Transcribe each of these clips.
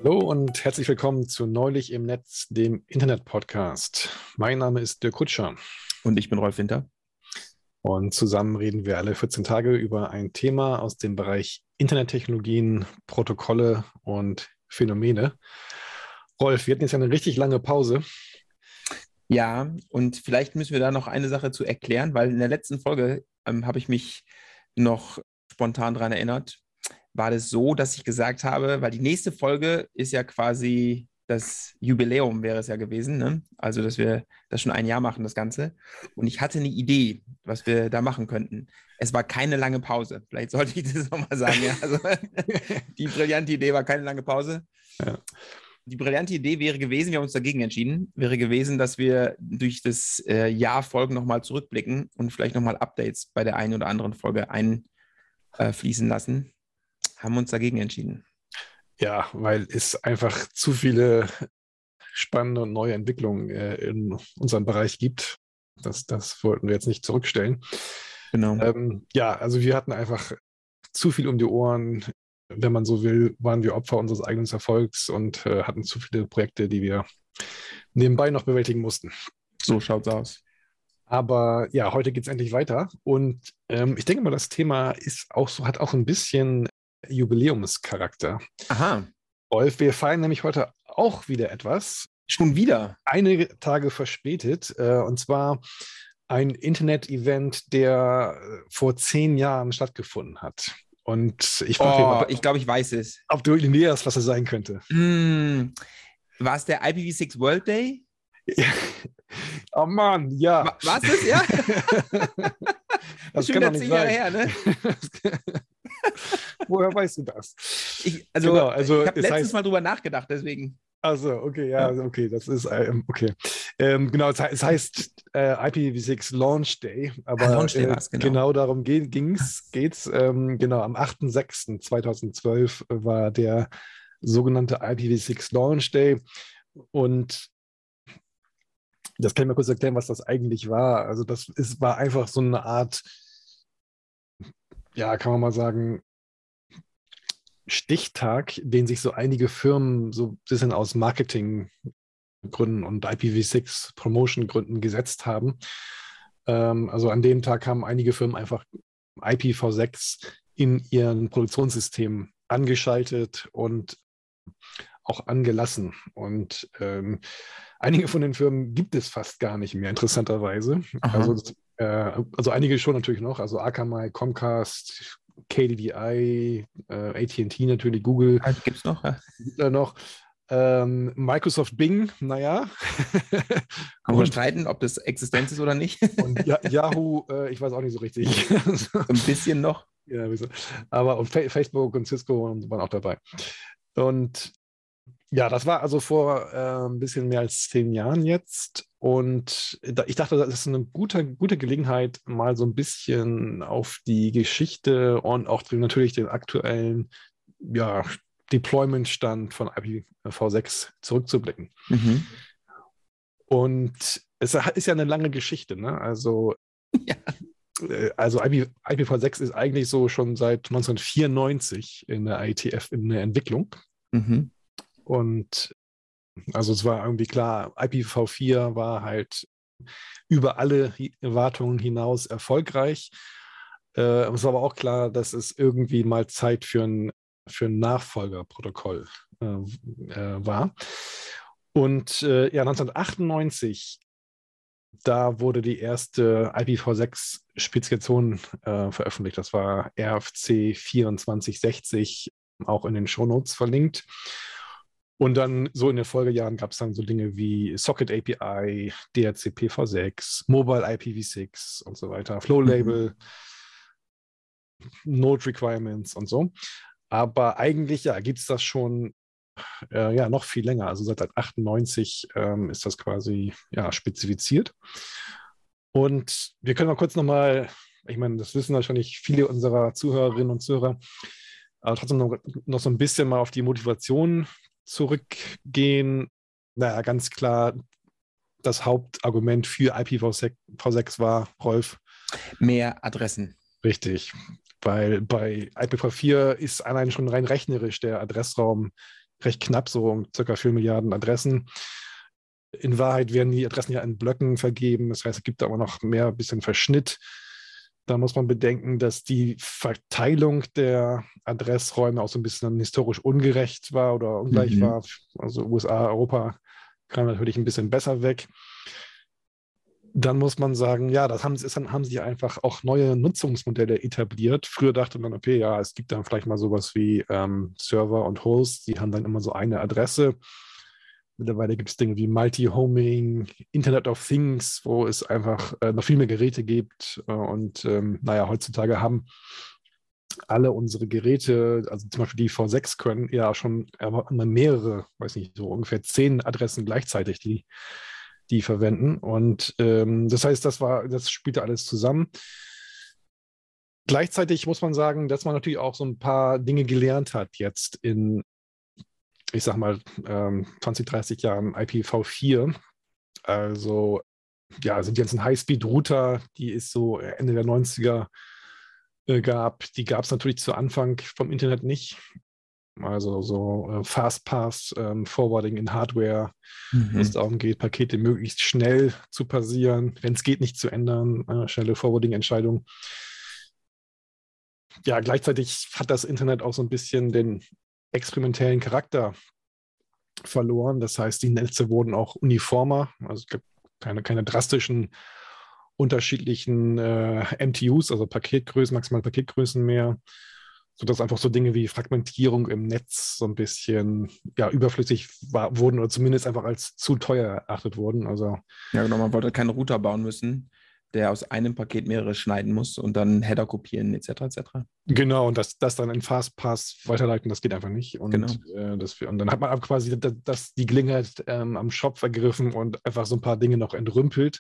Hallo und herzlich willkommen zu Neulich im Netz, dem Internet-Podcast. Mein Name ist Dirk Kutscher Und ich bin Rolf Winter. und zusammen reden wir alle 14 Tage über ein Thema aus dem Bereich Internettechnologien, Protokolle und Phänomene. Rolf, wir hatten jetzt eine richtig lange Pause. Ja, und vielleicht müssen wir da noch eine Sache zu erklären, weil in der letzten Folge habe ich mich noch spontan daran erinnert, war das so, dass ich gesagt habe, weil die nächste Folge ist ja quasi das Jubiläum, wäre es ja gewesen, ne? Also, dass wir das schon ein Jahr machen, das Ganze. Und ich hatte eine Idee, was wir da machen könnten. Es war keine lange Pause. Vielleicht sollte ich das nochmal sagen, ja. Also, die brillante Idee war keine lange Pause. Ja. Die brillante Idee wäre gewesen, wir haben uns dagegen entschieden, wäre gewesen, dass wir durch das Jahr Folgen nochmal zurückblicken und vielleicht nochmal Updates bei der einen oder anderen Folge einfließen lassen. Haben uns dagegen entschieden. Ja, weil es einfach zu viele spannende und neue Entwicklungen in unserem Bereich gibt. Das wollten wir jetzt nicht zurückstellen. Genau. Ja, also wir hatten einfach zu viel um die Ohren. Wenn man so will, waren wir Opfer unseres eigenen Erfolgs und hatten zu viele Projekte, die wir nebenbei noch bewältigen mussten. So schaut's aus. Aber ja, heute geht es endlich weiter. Und ich denke mal, das Thema hat auch ein bisschen Jubiläumscharakter. Aha, Rolf, wir feiern nämlich heute auch wieder etwas. schon wieder. Einige Tage verspätet. Und zwar ein Internet-Event, der vor 10 Jahren stattgefunden hat. Und ich frage dich mal, Ich glaube, ich weiß es. ob du eliminierst, was es sein könnte. War es der IPv6 World Day? Ja. Oh Mann, ja. War es das, ja? Das schon kann wieder doch nicht 10 Jahre sein. her, ne? Woher weißt du das? Ich Genau, habe letztens mal drüber nachgedacht, deswegen. Also, okay, ja, Ja. okay, das ist, okay. Genau, es heißt IPv6 Launch Day, aber Launch Day war es, genau. genau darum geht's. Genau, am 8.6.2012 war der sogenannte IPv6 Launch Day und das kann ich mal kurz erklären, was das eigentlich war. Also war einfach so eine Art, ja, kann man mal sagen, Stichtag, den sich so einige Firmen so ein bisschen aus Marketinggründen und IPv6 Promotion Gründen gesetzt haben. Also an dem Tag haben einige Firmen einfach IPv6 in ihren Produktionssystemen angeschaltet und auch angelassen. Und einige von den Firmen gibt es fast gar nicht mehr, interessanterweise. Aha. Also einige schon natürlich noch, also Akamai, Comcast, KDDI, AT&T natürlich, Google Gibt's noch? Ja. noch, Microsoft Bing, naja. Kann man streiten, ob das Existenz ist oder nicht. Und Yahoo, ich weiß auch nicht so richtig. So ein bisschen noch. Ja, aber und Facebook und Cisco waren auch dabei. Und ja, das war also vor ein bisschen mehr als 10 Jahren jetzt. Und ich dachte, das ist eine gute Gelegenheit, mal so ein bisschen auf die Geschichte und auch natürlich den aktuellen Deployment-Stand von IPv6 zurückzublicken. Mhm. Und es ist ja eine lange Geschichte, ne? Also, Ja. also IPv6 ist eigentlich so schon seit 1994 in der IETF in der Entwicklung. Mhm. Und also es war irgendwie klar, IPv4 war halt über alle Erwartungen hinaus erfolgreich. Es war aber auch klar, dass es irgendwie mal Zeit für ein Nachfolgerprotokoll war. Und ja, 1998, da wurde die erste IPv6-Spezifikation veröffentlicht. Das war RFC 2460, auch in den Shownotes verlinkt. Und dann so in den Folgejahren gab es dann so Dinge wie Socket API, DHCP-V6, Mobile IPv6 und so weiter, Flow Label, Node Requirements und so. Aber eigentlich gibt es das schon noch viel länger. Also seit 98 ist das quasi spezifiziert. Und wir können mal kurz nochmal, ich meine, das wissen wahrscheinlich viele unserer Zuhörerinnen und Zuhörer, aber trotzdem noch so ein bisschen mal auf die Motivation zurückgehen. Naja, ganz klar, das Hauptargument für IPv6 war, Rolf. Mehr Adressen. Richtig, weil bei IPv4 ist allein schon rein rechnerisch der Adressraum recht knapp, so um circa 4 Milliarden Adressen. In Wahrheit werden die Adressen ja in Blöcken vergeben. Das heißt, es gibt aber noch mehr ein bisschen Verschnitt. Da muss man bedenken, dass die Verteilung der Adressräume auch so ein bisschen historisch ungerecht war oder ungleich war. Also USA, Europa kam natürlich ein bisschen besser weg. Dann muss man sagen, ja, haben sie einfach auch neue Nutzungsmodelle etabliert. Früher dachte man, okay, ja, es gibt dann vielleicht mal sowas wie Server und Host, die haben dann immer so eine Adresse. Mittlerweile gibt es Dinge wie Multi-Homing, Internet of Things, wo es einfach noch viel mehr Geräte gibt. Heutzutage haben alle unsere Geräte, also zum Beispiel die V6 können ja schon immer mehrere, weiß nicht, so ungefähr 10 Adressen gleichzeitig, die verwenden. Und das heißt, das spielte alles zusammen. Gleichzeitig muss man sagen, dass man natürlich auch so ein paar Dinge gelernt hat jetzt in, ich sag mal, 20, 30 Jahren IPv4. Also, ja, sind jetzt ein High-Speed-Router, die es so Ende der 90er gab. Die gab es natürlich zu Anfang vom Internet nicht. Also so Fast-Pass, Forwarding in Hardware, wo es darum geht, Pakete möglichst schnell zu passieren, wenn es geht, nicht zu ändern, schnelle Forwarding-Entscheidungen. Ja, gleichzeitig hat das Internet auch so ein bisschen den experimentellen Charakter verloren. Das heißt, die Netze wurden auch uniformer. Also es gibt keine drastischen unterschiedlichen MTUs, also Paketgrößen, maximale Paketgrößen mehr, sodass einfach so Dinge wie Fragmentierung im Netz so ein bisschen überflüssig wurden oder zumindest einfach als zu teuer erachtet wurden. Also, ja, genau, man wollte keinen Router bauen müssen, der aus einem Paket mehrere schneiden muss und dann Header kopieren etc. etc. Genau, und das dann in Fastpass weiterleiten, das geht einfach nicht. Und, genau. Und dann hat man quasi die Gelegenheit am Shop vergriffen und einfach so ein paar Dinge noch entrümpelt.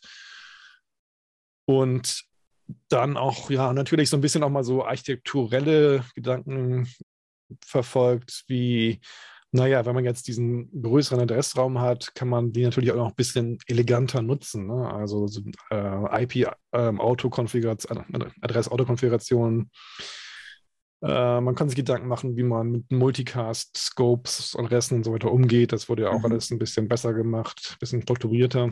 Und dann auch, ja, natürlich so ein bisschen auch mal so architekturelle Gedanken verfolgt, wie, naja, wenn man jetzt diesen größeren Adressraum hat, kann man die natürlich auch noch ein bisschen eleganter nutzen. Ne? Also so, IP-Auto-Konfiguration, Adress-Auto-Konfiguration. Man kann sich Gedanken machen, wie man mit Multicast, Scopes und Resten und so weiter umgeht. Das wurde ja auch alles ein bisschen besser gemacht, ein bisschen strukturierter.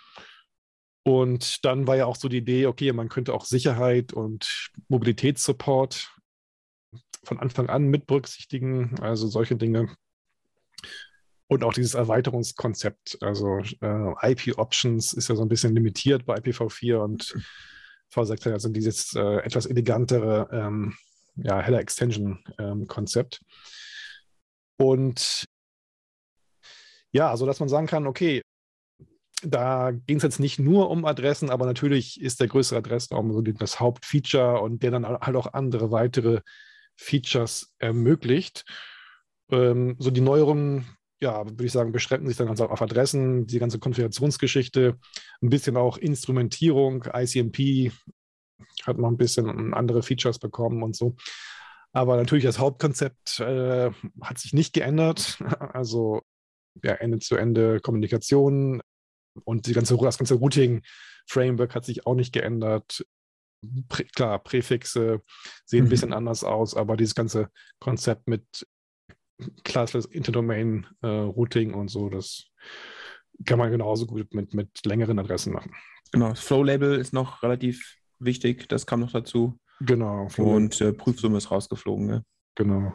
Und dann war ja auch so die Idee, okay, man könnte auch Sicherheit und Mobilitätssupport von Anfang an mit berücksichtigen, also solche Dinge. Und auch dieses Erweiterungskonzept, also IP-Options ist ja so ein bisschen limitiert bei IPv4 und V6 also dieses etwas elegantere Header Extension-Konzept. Und ja, so dass man sagen kann, okay, da ging es jetzt nicht nur um Adressen, aber natürlich ist der größere Adressraum so das Hauptfeature und der dann halt auch andere weitere Features ermöglicht. So die Neuerungen, ja, würde ich sagen, beschränken sich dann also auf Adressen, die ganze Konfigurationsgeschichte, ein bisschen auch Instrumentierung, ICMP hat noch ein bisschen andere Features bekommen und so. Aber natürlich das Hauptkonzept hat sich nicht geändert. Also ja, Ende-zu-Ende Kommunikation und das ganze Routing-Framework hat sich auch nicht geändert. Klar, Präfixe sehen ein bisschen anders aus, aber dieses ganze Konzept mit Classless Interdomain Routing und so, das kann man genauso gut mit längeren Adressen machen. Genau, das Flow-Label ist noch relativ wichtig, das kam noch dazu. Genau. Und Prüfsumme ist rausgeflogen. Ne? Genau.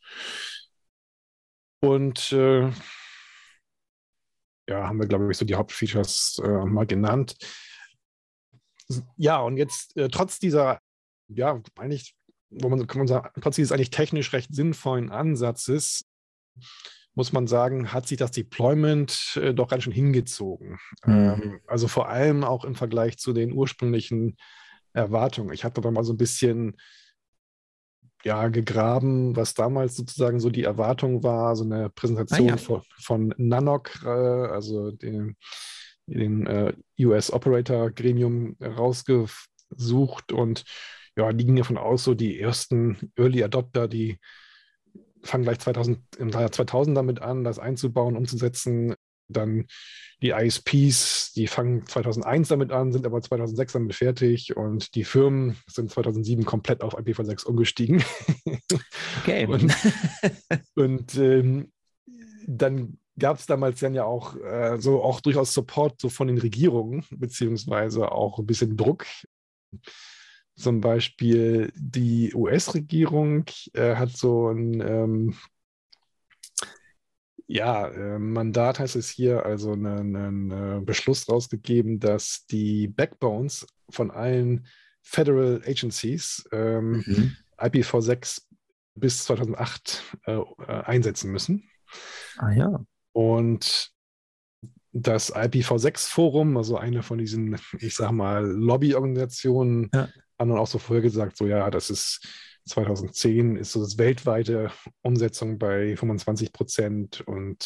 Und haben wir, glaube ich, so die Hauptfeatures mal genannt. Ja, und jetzt trotz dieser, ja, eigentlich, kann man sagen, trotz dieses eigentlich technisch recht sinnvollen Ansatzes, muss man sagen, hat sich das Deployment doch ganz schön hingezogen. Also vor allem auch im Vergleich zu den ursprünglichen Erwartungen. Ich habe da mal so ein bisschen gegraben, was damals sozusagen so die Erwartung war, so eine Präsentation von Nanoc, also dem US Operator Gremium rausgesucht und ja, die gingen davon aus, so die ersten Early Adopter, die fangen gleich im Jahr 2000 damit an, das einzubauen, umzusetzen. Dann die ISPs, die fangen 2001 damit an, sind aber 2006 damit fertig und die Firmen sind 2007 komplett auf IPv6 umgestiegen. Okay. dann gab es damals dann ja auch so auch durchaus Support so von den Regierungen, beziehungsweise auch ein bisschen Druck. Zum Beispiel die US-Regierung hat so ein Mandat, heißt es hier, also einen Beschluss rausgegeben, dass die Backbones von allen Federal Agencies Mhm. IPv6 bis 2008 einsetzen müssen. Ah ja. Und das IPv6-Forum, also eine von diesen, ich sag mal, Lobbyorganisationen, Ja. haben dann auch so vorher gesagt, so ja, das ist 2010 ist so das weltweite Umsetzung bei 25%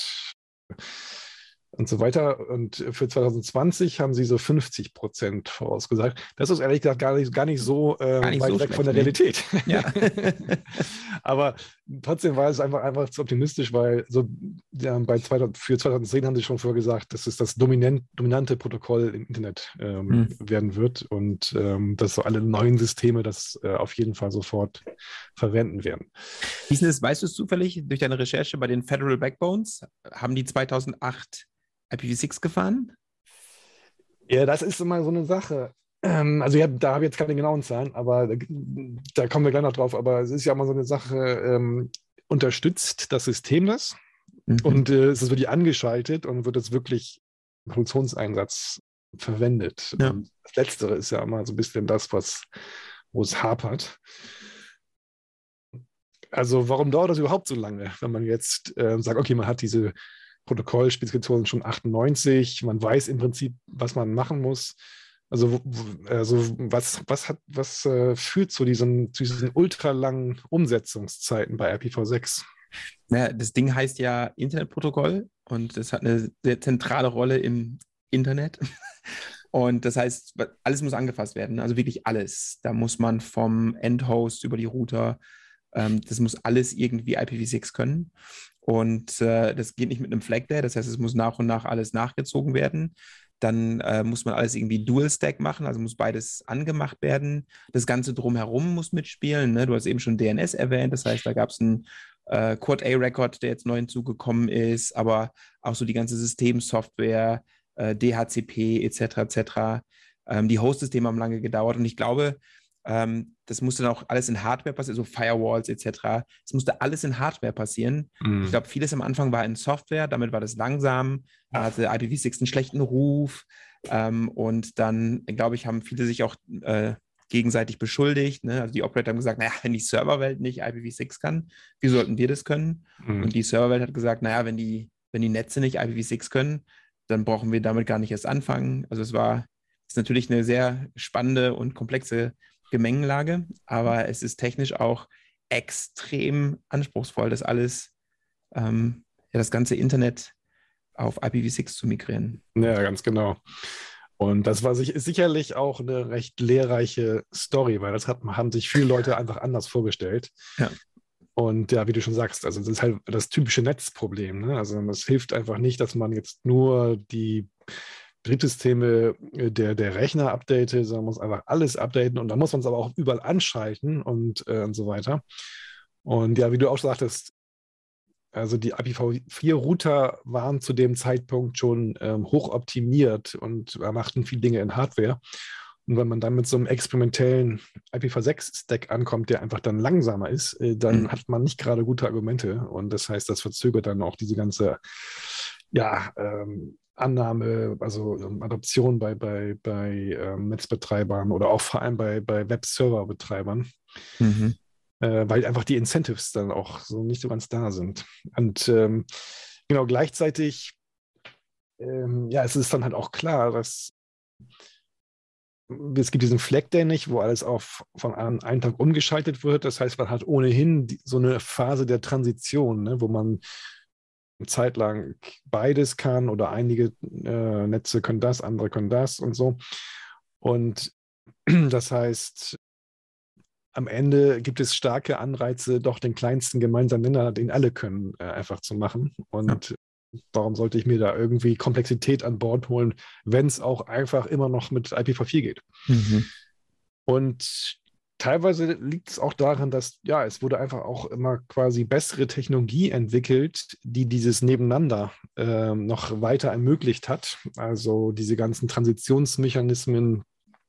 und so weiter. Und für 2020 haben sie so 50% vorausgesagt. Das ist ehrlich gesagt gar nicht so Gar nicht weit so weg von schlecht, der ne? Realität. Ja. Aber trotzdem war es einfach zu optimistisch, weil so ja, für 2010 haben sie schon vorgesagt, dass es das dominante Protokoll im Internet Hm. werden wird und dass so alle neuen Systeme das auf jeden Fall sofort verwenden werden. Wie ist denn das, weißt du es zufällig durch deine Recherche bei den Federal Backbones? Haben die 2008 IPv6 gefahren? Ja, das ist immer so eine Sache. Also da habe ich jetzt keine genauen Zahlen, aber da kommen wir gleich noch drauf. Aber es ist ja immer so eine Sache, unterstützt das System das Mhm. und es ist wirklich angeschaltet und wird es wirklich im Produktionseinsatz verwendet. Ja. Und das Letztere ist ja immer so ein bisschen das, wo es hapert. Also warum dauert das überhaupt so lange, wenn man jetzt sagt, okay, man hat diese Protokollspezifikationen schon 98, man weiß im Prinzip, was man machen muss. Also was führt zu diesen ultralangen Umsetzungszeiten bei IPv6? Naja, das Ding heißt ja Internetprotokoll und es hat eine sehr zentrale Rolle im Internet. Und das heißt, alles muss angefasst werden, also wirklich alles. Da muss man vom Endhost über die Router, das muss alles irgendwie IPv6 können. Und das geht nicht mit einem Flag Day, das heißt, es muss nach und nach alles nachgezogen werden. Dann muss man alles irgendwie Dual Stack machen, also muss beides angemacht werden. Das Ganze drumherum muss mitspielen. Ne? Du hast eben schon DNS erwähnt, das heißt, da gab es einen Quad-A-Record, der jetzt neu hinzugekommen ist, aber auch so die ganze Systemsoftware, DHCP etc. etc. Die Host-Systeme haben lange gedauert und ich glaube, das musste dann auch alles in Hardware passieren, so Firewalls etc. Es musste alles in Hardware passieren. Ich Mhm. glaube, vieles am Anfang war in Software, damit war das langsam. Dann hatte IPv6 einen schlechten Ruf und dann, glaube ich, haben viele sich auch gegenseitig beschuldigt. Ne? Also die Operator haben gesagt, naja, wenn die Serverwelt nicht IPv6 kann, wie sollten wir das können? Mhm. Und die Serverwelt hat gesagt, naja, wenn die Netze nicht IPv6 können, dann brauchen wir damit gar nicht erst anfangen. Also ist natürlich eine sehr spannende und komplexe Gemengelage, aber es ist technisch auch extrem anspruchsvoll, das alles, ja, das ganze Internet auf IPv6 zu migrieren. Ja, ganz genau. Und das war sicherlich auch eine recht lehrreiche Story, weil haben sich viele Leute einfach anders vorgestellt. Ja. Und ja, wie du schon sagst, also das ist halt das typische Netzproblem. Ne? Also es hilft einfach nicht, dass man jetzt nur die Betriebssysteme der Rechner updatet, sondern man muss einfach alles updaten und dann muss man es aber auch überall anschalten und so weiter. Und ja, wie du auch sagtest, also die IPv4-Router waren zu dem Zeitpunkt schon hoch optimiert und machten viele Dinge in Hardware. Und wenn man dann mit so einem experimentellen IPv6-Stack ankommt, der einfach dann langsamer ist, dann Mhm. hat man nicht gerade gute Argumente. Und das heißt, das verzögert dann auch diese ganze ja, Annahme, also Adoption bei Netzbetreibern oder auch vor allem bei Webserverbetreibern, Mhm. weil einfach die Incentives dann auch so nicht so ganz da sind. Und genau gleichzeitig, ja, es ist dann halt auch klar, dass es gibt diesen Flag Day nicht, wo alles von einem Tag umgeschaltet wird. Das heißt, man hat ohnehin so eine Phase der Transition, ne, wo man eine Zeit lang beides kann oder einige Netze können das, andere können das und so. Und das heißt, am Ende gibt es starke Anreize, doch den kleinsten gemeinsamen Nenner, den alle können, einfach zu machen. Ja. Und warum sollte ich mir da irgendwie Komplexität an Bord holen, wenn es auch einfach immer noch mit IPv4 geht? Mhm. Und teilweise liegt es auch daran, dass ja, es wurde einfach auch immer quasi bessere Technologie entwickelt, die dieses Nebeneinander noch weiter ermöglicht hat. Also diese ganzen Transitionsmechanismen,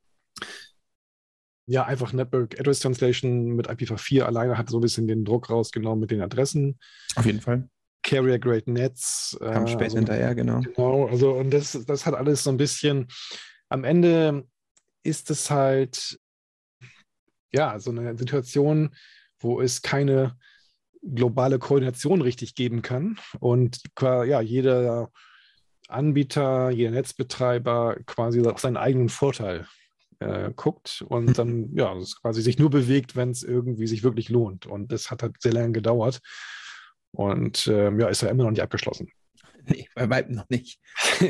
ja, einfach Network Address Translation mit IPv4 alleine hat so ein bisschen den Druck rausgenommen mit den Adressen. Auf jeden Fall. Carrier Grade Nets. Kam später hinterher, genau. Genau, also und das hat alles so ein bisschen, am Ende ist es halt, ja, so eine Situation, wo es keine globale Koordination richtig geben kann und ja, jeder Anbieter, jeder Netzbetreiber quasi auf seinen eigenen Vorteil guckt und dann ja, es quasi sich nur bewegt, wenn es irgendwie sich wirklich lohnt. Und das hat halt sehr lange gedauert und ja, ist ja immer noch nicht abgeschlossen. Nee, bei weitem noch nicht.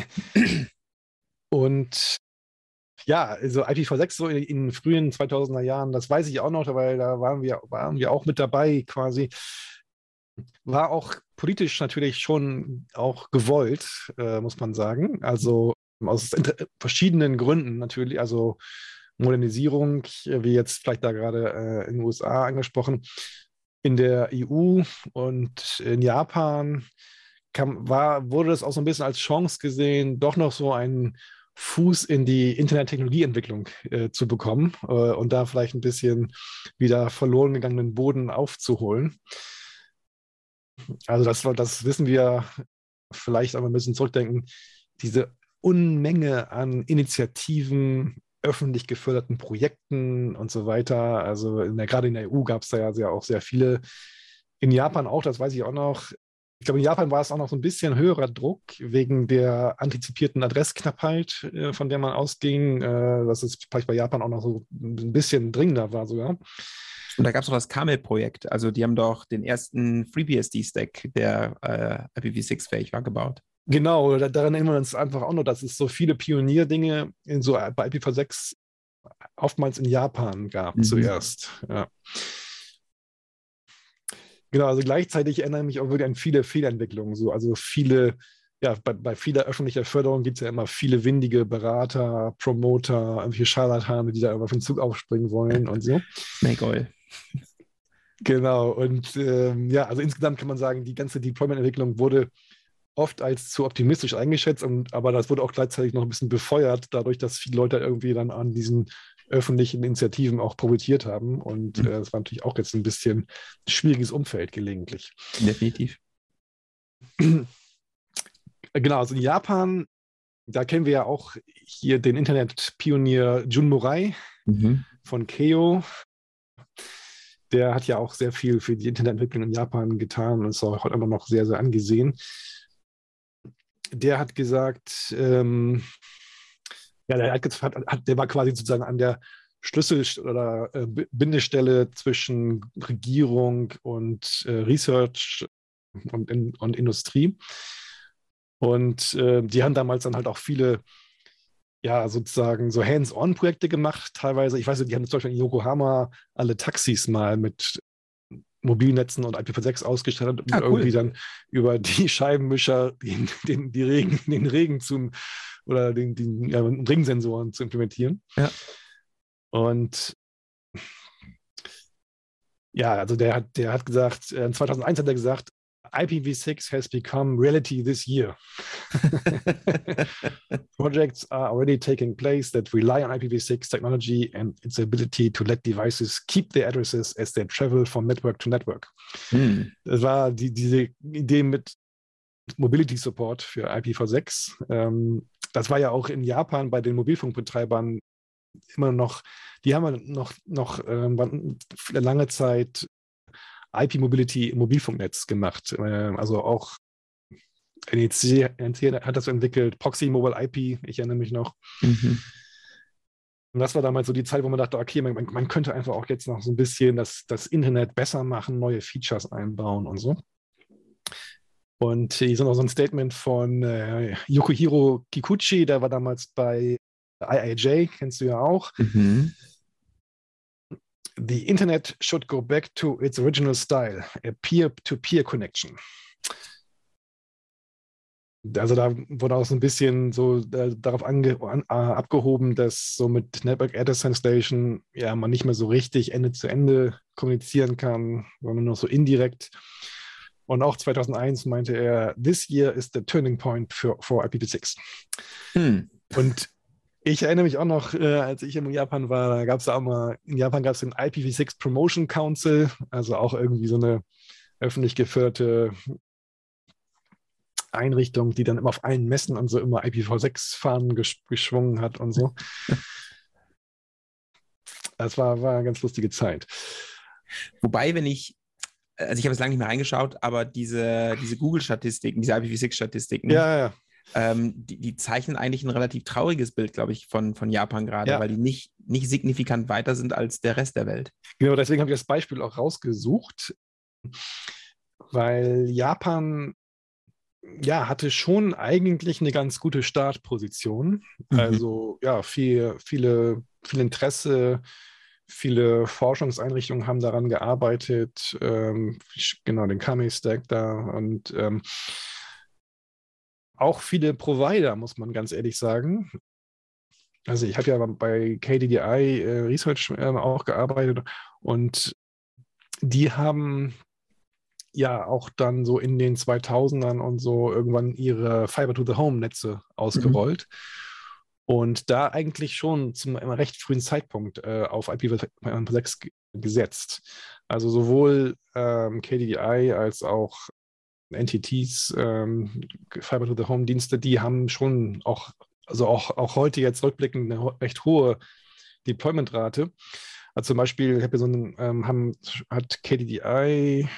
Und ja, also IPv6 so in den frühen 2000er Jahren, das weiß ich auch noch, weil da waren wir auch mit dabei quasi. War auch politisch natürlich schon auch gewollt, muss man sagen. Also aus verschiedenen Gründen natürlich, also Modernisierung, wie jetzt vielleicht da gerade in den USA angesprochen, in der EU und in Japan wurde das auch so ein bisschen als Chance gesehen, doch noch so einen Fuß in die Internettechnologieentwicklung zu bekommen und da vielleicht ein bisschen wieder verloren gegangenen Boden aufzuholen. Also das wissen wir vielleicht, aber wir müssen zurückdenken, diese Unmenge an Initiativen, öffentlich geförderten Projekten und so weiter. Also gerade in der EU gab es da ja auch sehr viele. In Japan auch, das weiß ich auch noch. Ich glaube, in Japan war es auch noch so ein bisschen höherer Druck wegen der antizipierten Adressknappheit, von der man ausging, dass es vielleicht bei Japan auch noch so ein bisschen dringender war sogar. Und da gab es auch das Camel-Projekt. Also die haben doch den ersten FreeBSD-Stack, der IPv6-fähig war, gebaut. Genau, daran erinnern wir uns einfach auch noch, dass es so viele Pionierdinge bei IPv6 oftmals in Japan gab zuerst. Ja. Genau, also gleichzeitig erinnere ich mich auch wirklich an viele Fehlentwicklungen. Also viele, ja, bei vieler öffentlicher Förderung gibt es ja immer viele windige Berater, Promoter, irgendwelche Scharlatane, die da immer auf den Zug aufspringen wollen und so. Snake Oil. Genau, und ja, also insgesamt kann man sagen, die ganze Deployment-Entwicklung wurde oft als zu optimistisch eingeschätzt, aber das wurde auch gleichzeitig noch ein bisschen befeuert, dadurch, dass viele Leute irgendwie dann an diesen öffentlichen Initiativen auch profitiert haben. Und es war natürlich auch jetzt ein bisschen ein schwieriges Umfeld gelegentlich. Definitiv. Genau, also in Japan, da kennen wir ja auch hier den Internetpionier Jun Murai von Keio. Der hat ja auch sehr viel für die Internetentwicklung in Japan getan und ist auch heute immer noch sehr, sehr angesehen. Der hat gesagt, ja, der war quasi sozusagen an der Schlüssel- oder Bindestelle zwischen Regierung und Research und Industrie. Und die haben damals dann halt auch viele, ja, sozusagen so Hands-on-Projekte gemacht, teilweise. Ich weiß nicht, die haben zum Beispiel in Yokohama alle Taxis mal mit Mobilnetzen und IPv6 ausgestattet, um irgendwie dann über die Scheibenwischer den Regen oder den Ringsensoren zu implementieren. Ja. Und ja, also der hat gesagt, 2001 hat er gesagt, IPv6 has become reality this year. Projects are already taking place that rely on IPv6 technology and its ability to let devices keep their addresses as they travel from network to network. Das war diese Idee mit Mobility Support für IPv6. Das war ja auch in Japan bei den Mobilfunkbetreibern immer noch, die haben noch lange Zeit IP-Mobility im Mobilfunknetz gemacht. Also auch NEC hat das entwickelt, Proxy Mobile IP, ich erinnere mich noch. Und das war damals so die Zeit, wo man dachte, okay, man könnte einfach auch jetzt noch so ein bisschen das Internet besser machen, neue Features einbauen und so. Und hier ist noch so ein Statement von Yukihiro Kikuchi, der war damals bei IIJ, kennst du ja auch. The Internet should go back to its original style, a peer-to-peer connection. Also da wurde auch so ein bisschen so darauf abgehoben, dass so mit Network Address Translation ja man nicht mehr so richtig Ende zu Ende kommunizieren kann, sondern nur so indirekt. Und auch 2001 meinte er, this year is the turning point for IPv6. Hm. Und ich erinnere mich auch noch, als ich in Japan war, da gab es auch mal, in Japan gab es den IPv6 Promotion Council, also auch irgendwie so eine öffentlich geförderte Einrichtung, die dann immer auf allen Messen und so immer IPv6-Fahnen geschwungen hat und so. Das war eine ganz lustige Zeit. Wobei, also ich habe es lange nicht mehr reingeschaut, aber diese Google-Statistiken, diese IPv6-Statistiken, Ja, ja, die zeichnen eigentlich ein relativ trauriges Bild, glaube ich, von Japan gerade, ja. weil die nicht signifikant weiter sind als der Rest der Welt. Genau, deswegen habe ich das Beispiel auch rausgesucht, weil Japan ja hatte schon eigentlich eine ganz gute Startposition. Mhm. Also ja, viel Interesse, viele Forschungseinrichtungen haben daran gearbeitet, genau, den Kami-Stack da und auch viele Provider, muss man ganz ehrlich sagen. Also ich habe ja bei KDDI Research auch gearbeitet und die haben ja auch dann so in den 2000ern und so irgendwann ihre Fiber-to-the-Home-Netze Mhm. ausgerollt und da eigentlich schon zum recht frühen Zeitpunkt auf IPv6 gesetzt. Also sowohl KDDI als auch NTTs, Fiber-to-the-Home-Dienste, die haben schon auch, also auch heute jetzt rückblickend eine recht hohe Deployment-Rate. Also zum Beispiel, ich habe hier so einen, hat KDDI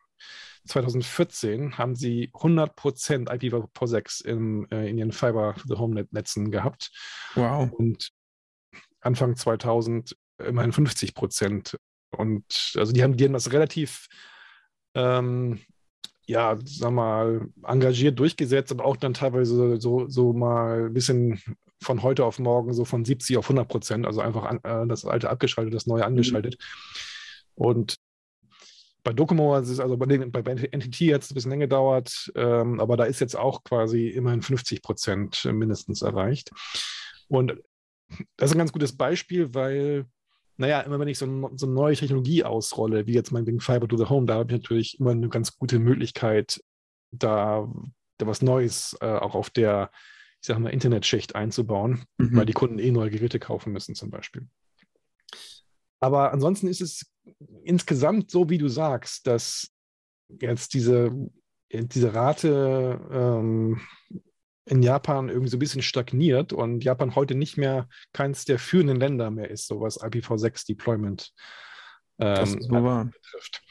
2014 haben sie 100% IPv6 in ihren Fiber-to-the-Home-Netzen gehabt Wow. und Anfang 2000 immerhin 50%. Und also die haben das relativ ähm, ja, sag mal, engagiert durchgesetzt und auch dann teilweise so mal ein bisschen von heute auf morgen so von 70 auf 100%, also einfach das alte abgeschaltet, das neue Mhm. angeschaltet. Und bei Docomo, also bei NTT hat es ein bisschen länger gedauert, aber da ist jetzt auch quasi immerhin 50% mindestens erreicht. Und das ist ein ganz gutes Beispiel, weil, naja, immer wenn ich so eine neue Technologie ausrolle, wie jetzt mein Fiber to the Home, da habe ich natürlich immer eine ganz gute Möglichkeit, da, da was Neues auch auf der, ich sag mal, Internetschicht einzubauen, weil die Mhm. Kunden neue Geräte kaufen müssen zum Beispiel. Aber ansonsten ist es insgesamt so, wie du sagst, dass jetzt diese Rate in Japan irgendwie so ein bisschen stagniert und Japan heute nicht mehr keins der führenden Länder mehr ist, so was IPv6-Deployment Das ist wohl wahr. betrifft.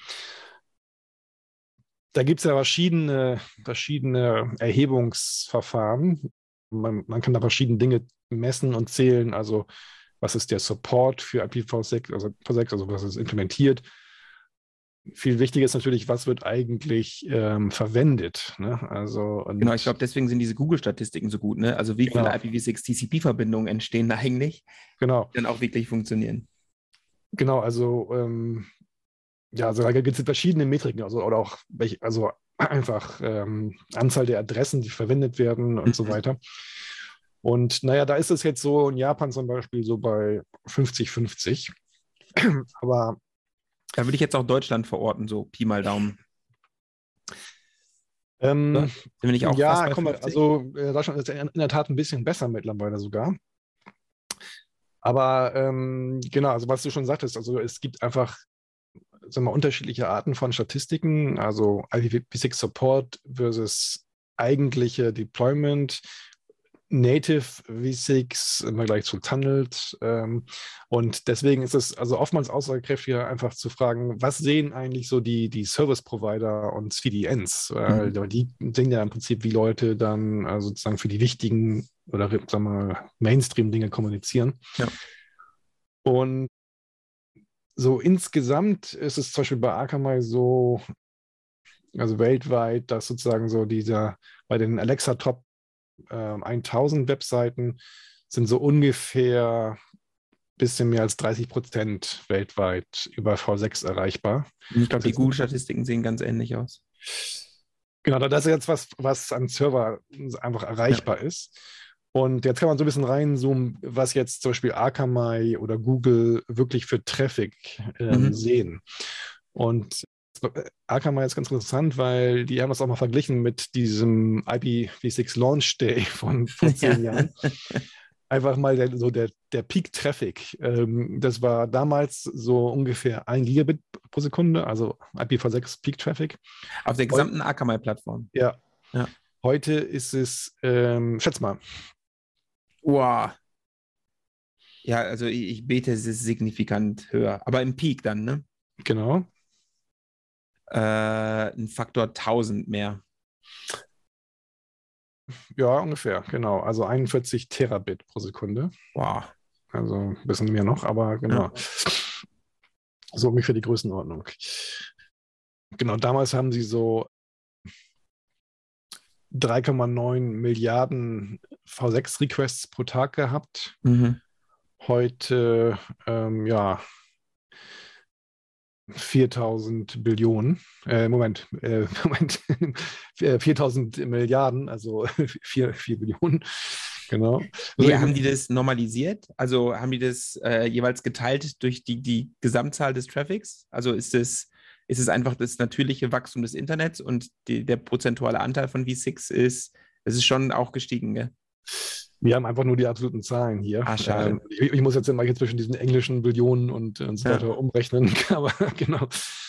Da gibt es ja verschiedene Erhebungsverfahren. Man kann da verschiedene Dinge messen und zählen. Also was ist der Support für IPv6, also was ist implementiert. Viel wichtiger ist natürlich, was wird eigentlich verwendet. Ne? Also Genau, ich und glaube, deswegen sind diese Google-Statistiken so gut, ne? Also wie viele genau, IPv6 TCP-Verbindungen entstehen da eigentlich, genau, die dann auch wirklich funktionieren. genau. Also ja, also da gibt es verschiedene Metriken, also oder auch welche, also einfach Anzahl der Adressen, die verwendet werden und so Mhm. weiter. Und naja, da ist es jetzt so in Japan zum Beispiel so bei 50-50. Aber Da würde ich jetzt auch Deutschland verorten, so Pi mal Daumen. Oder? ähm, Sind wir nicht auch fast ja, bei komm, 50? also Deutschland ist in der Tat ein bisschen besser mittlerweile sogar. Aber genau, also was du schon sagtest, also es gibt einfach, sagen wir, unterschiedliche Arten von Statistiken, also IPv6 Support versus eigentliche Deployment, Native V6 im Vergleich zu Tunneled. Und deswegen ist es also oftmals aussagekräftiger, einfach zu fragen, was sehen eigentlich so die Service-Provider und CDNs? Mhm. Die sehen ja im Prinzip, wie Leute dann sozusagen für die wichtigen oder sagen wir mal, Mainstream-Dinge kommunizieren. Ja. Und so insgesamt ist es zum Beispiel bei Akamai so, also weltweit, dass sozusagen so bei den Alexa Top 1000 Webseiten sind so ungefähr ein bisschen mehr als 30% weltweit über V6 erreichbar. Ich glaube, Das die ist jetzt, Google-Statistiken sehen ganz ähnlich aus. Genau, das ist jetzt was an Server einfach Ja. erreichbar ist. Und jetzt kann man so ein bisschen reinzoomen, was jetzt zum Beispiel Akamai oder Google wirklich für Traffic Mhm. sehen. Und Akamai ist ganz interessant, weil die haben das auch mal verglichen mit diesem IPv6 Launch Day von vor Ja. 10 Jahren. Einfach mal der Peak-Traffic. Das war damals so ungefähr 1 Gigabit pro Sekunde, also IPv6 Peak-Traffic. Auf der gesamten Akamai-Plattform. Ja, Ja. heute ist es, schätz mal, Wow. Ja, also ich bete, es ist signifikant höher. Aber im Peak dann, ne? genau. Ein Faktor 1000 mehr. Ja, ungefähr, genau. Also 41 Terabit pro Sekunde. Wow. Also ein bisschen mehr noch, aber genau. Ja. So ungefähr die Größenordnung. Genau, damals haben sie so 3,9 Milliarden V6-Requests pro Tag gehabt. Mhm. Heute, ja, 4000 Billionen, Moment, 4000 Milliarden, also 4 Billionen, genau. Also Wie eben, haben die das normalisiert? Also haben die das jeweils geteilt durch die Gesamtzahl des Traffics? Also ist es einfach das natürliche Wachstum des Internets und der prozentuale Anteil von V6 es ist schon auch gestiegen, gell? wir haben einfach nur die absoluten Zahlen hier. Ah, schade. Ich muss jetzt immer hier zwischen diesen englischen Billionen und so Ja, weiter umrechnen, aber genau.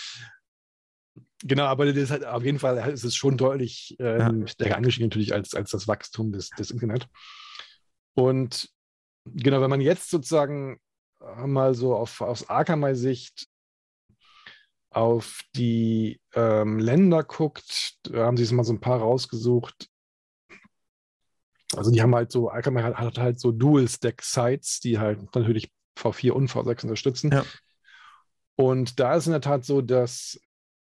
Genau, aber das ist halt, auf jeden Fall ist es schon deutlich ja. stärker angestiegen natürlich als das Wachstum des Internet. Und genau, wenn man jetzt sozusagen mal so aus Akamai-Sicht auf die Länder guckt, da haben sie es mal so ein paar rausgesucht. Also die haben halt so, Akamai hat halt so Dual-Stack-Sites, die halt natürlich V4 und V6 unterstützen. Ja. Und da ist in der Tat so, dass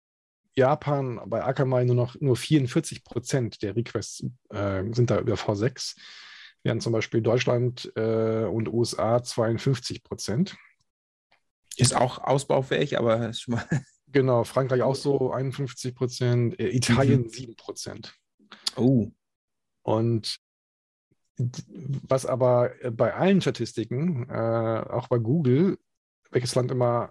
Japan bei Akamai nur 44% der Requests sind da über V6, während zum Beispiel Deutschland und USA 52%. Ist auch ausbaufähig, aber ist schon mal. Genau, Frankreich auch so 51%, Mhm. Italien 7%. Oh. Und was aber bei allen Statistiken, auch bei Google, welches Land immer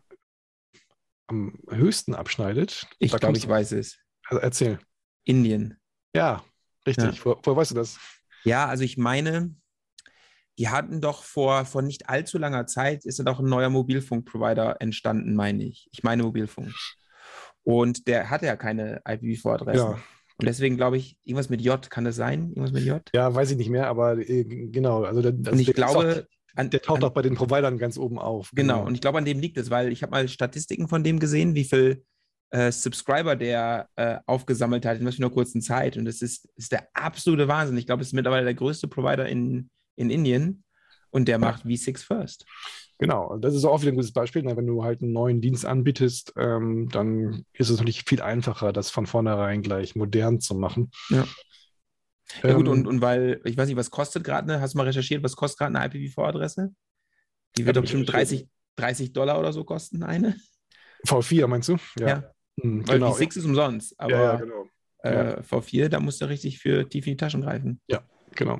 am höchsten abschneidet, Ich da glaube, kommst ich du, weiß es. also erzähl. Indien. Ja, Ja. richtig. Woher weißt du das? Ja, also ich meine, die hatten doch vor nicht allzu langer Zeit, ist ja doch ein neuer Mobilfunkprovider entstanden, meine ich. Ich meine Mobilfunk. Und der hatte ja keine Genau. IPv4-Adressen. Und deswegen glaube ich, irgendwas mit J, kann das sein? Irgendwas mit J? Ja, weiß ich nicht mehr, aber genau, also Und ich der ist auch, glaube, der taucht auch bei den Providern ganz oben auf, genau, und genau. ich glaube, an dem liegt es, weil ich habe mal Statistiken von dem gesehen, wie viel Subscriber der aufgesammelt hat in was für einer kurzen Zeit. Und das ist der absolute Wahnsinn. Ich glaube, es ist mittlerweile der größte Provider in Indien und der Ja, macht V6 First. genau. Und das ist auch wieder ein gutes Beispiel. Ne? Wenn du halt einen neuen Dienst anbietest, dann ist es natürlich viel einfacher, das von vornherein gleich modern zu machen. Ja. Ja, gut, Ähm, und weil, ich weiß nicht, was kostet gerade, ne? Hast du mal recherchiert, was kostet gerade eine IPv4-Adresse? Die wird Habe doch ich bestimmt recherchiert. 30 $ oder so kosten, eine. V4 meinst du? Ja. Ja. Weil Genau, ja. V6 ist umsonst, Ja, ja, aber genau. Ja, V4, da musst du richtig für tief in die Taschen greifen. ja, genau.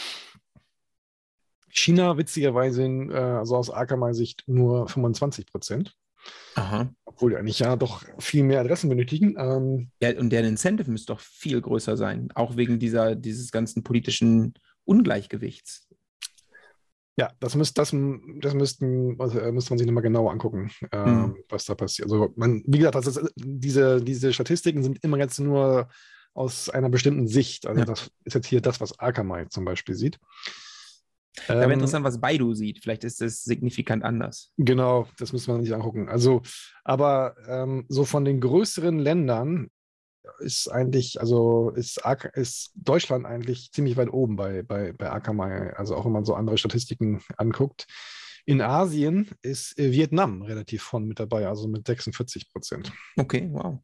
China witzigerweise, also aus Akamai-Sicht nur 25%, Aha. obwohl die eigentlich ja doch viel mehr Adressen benötigen. Ja, und der Incentive müsste doch viel größer sein, auch wegen dieses ganzen politischen Ungleichgewichts. Ja, müsste man sich nochmal genauer angucken, Hm. was da passiert. Also wie gesagt, diese Statistiken sind immer jetzt nur aus einer bestimmten Sicht. Also Ja. das ist jetzt hier das, was Akamai zum Beispiel sieht. Da wäre Ähm, interessant, was Baidu sieht. Vielleicht ist es signifikant anders. genau, das müssen wir sich angucken. Also, aber so von den größeren Ländern ist eigentlich, also ist Deutschland eigentlich ziemlich weit oben bei Akamai, also auch wenn man so andere Statistiken anguckt. In Asien ist Vietnam relativ vorne mit dabei, also mit 46%. Okay, wow.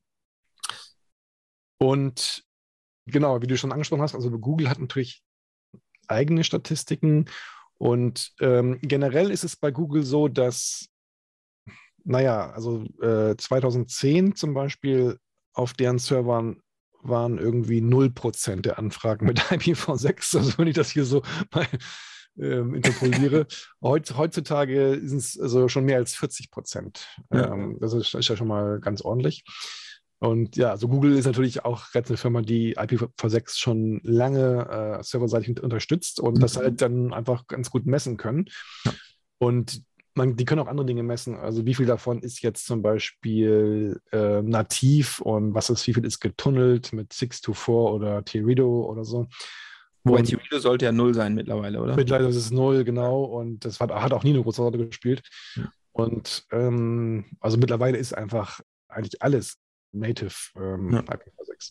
Und genau, wie du schon angesprochen hast, also Google hat natürlich eigene Statistiken und generell ist es bei Google so, dass, naja, also 2010 zum Beispiel auf deren Servern waren irgendwie 0% der Anfragen mit IPv6. Also wenn ich das hier so mal interpoliere. Heutzutage sind es also schon mehr als 40%. Ja. Das ist ja schon mal ganz ordentlich. Und ja, also Google ist natürlich auch jetzt eine Firma, die IPv6 schon lange serverseitig unterstützt und das halt dann einfach ganz gut messen können. Und die können auch andere Dinge messen. Also wie viel davon ist jetzt zum Beispiel nativ und wie viel ist getunnelt mit 624 oder Teredo oder so. Wobei Teredo sollte ja 0 sein mittlerweile, oder? Mittlerweile ist es 0, genau. Und das hat auch nie eine große Rolle gespielt. Ja. Und also mittlerweile ist einfach eigentlich alles native IPv6.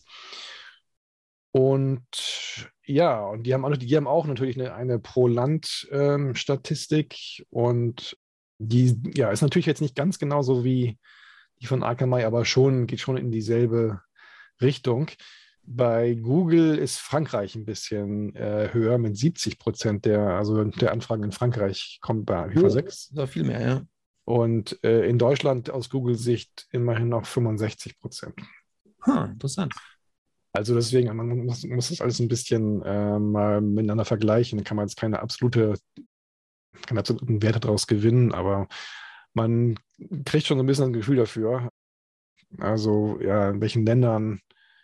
Und ja, und die haben auch natürlich eine Pro-Land-Statistik und die ist natürlich jetzt nicht ganz genauso wie die von Akamai, aber geht schon in dieselbe Richtung. Bei Google ist Frankreich ein bisschen höher mit 70% der Anfragen in Frankreich kommt bei IPv6. Das ist viel mehr, ja. Und in Deutschland aus Google-Sicht immerhin noch 65%. Interessant. Also deswegen, man muss das alles ein bisschen mal miteinander vergleichen. Da kann man jetzt keine absoluten Werte daraus gewinnen, aber man kriegt schon so ein bisschen ein Gefühl dafür. Also ja, in welchen Ländern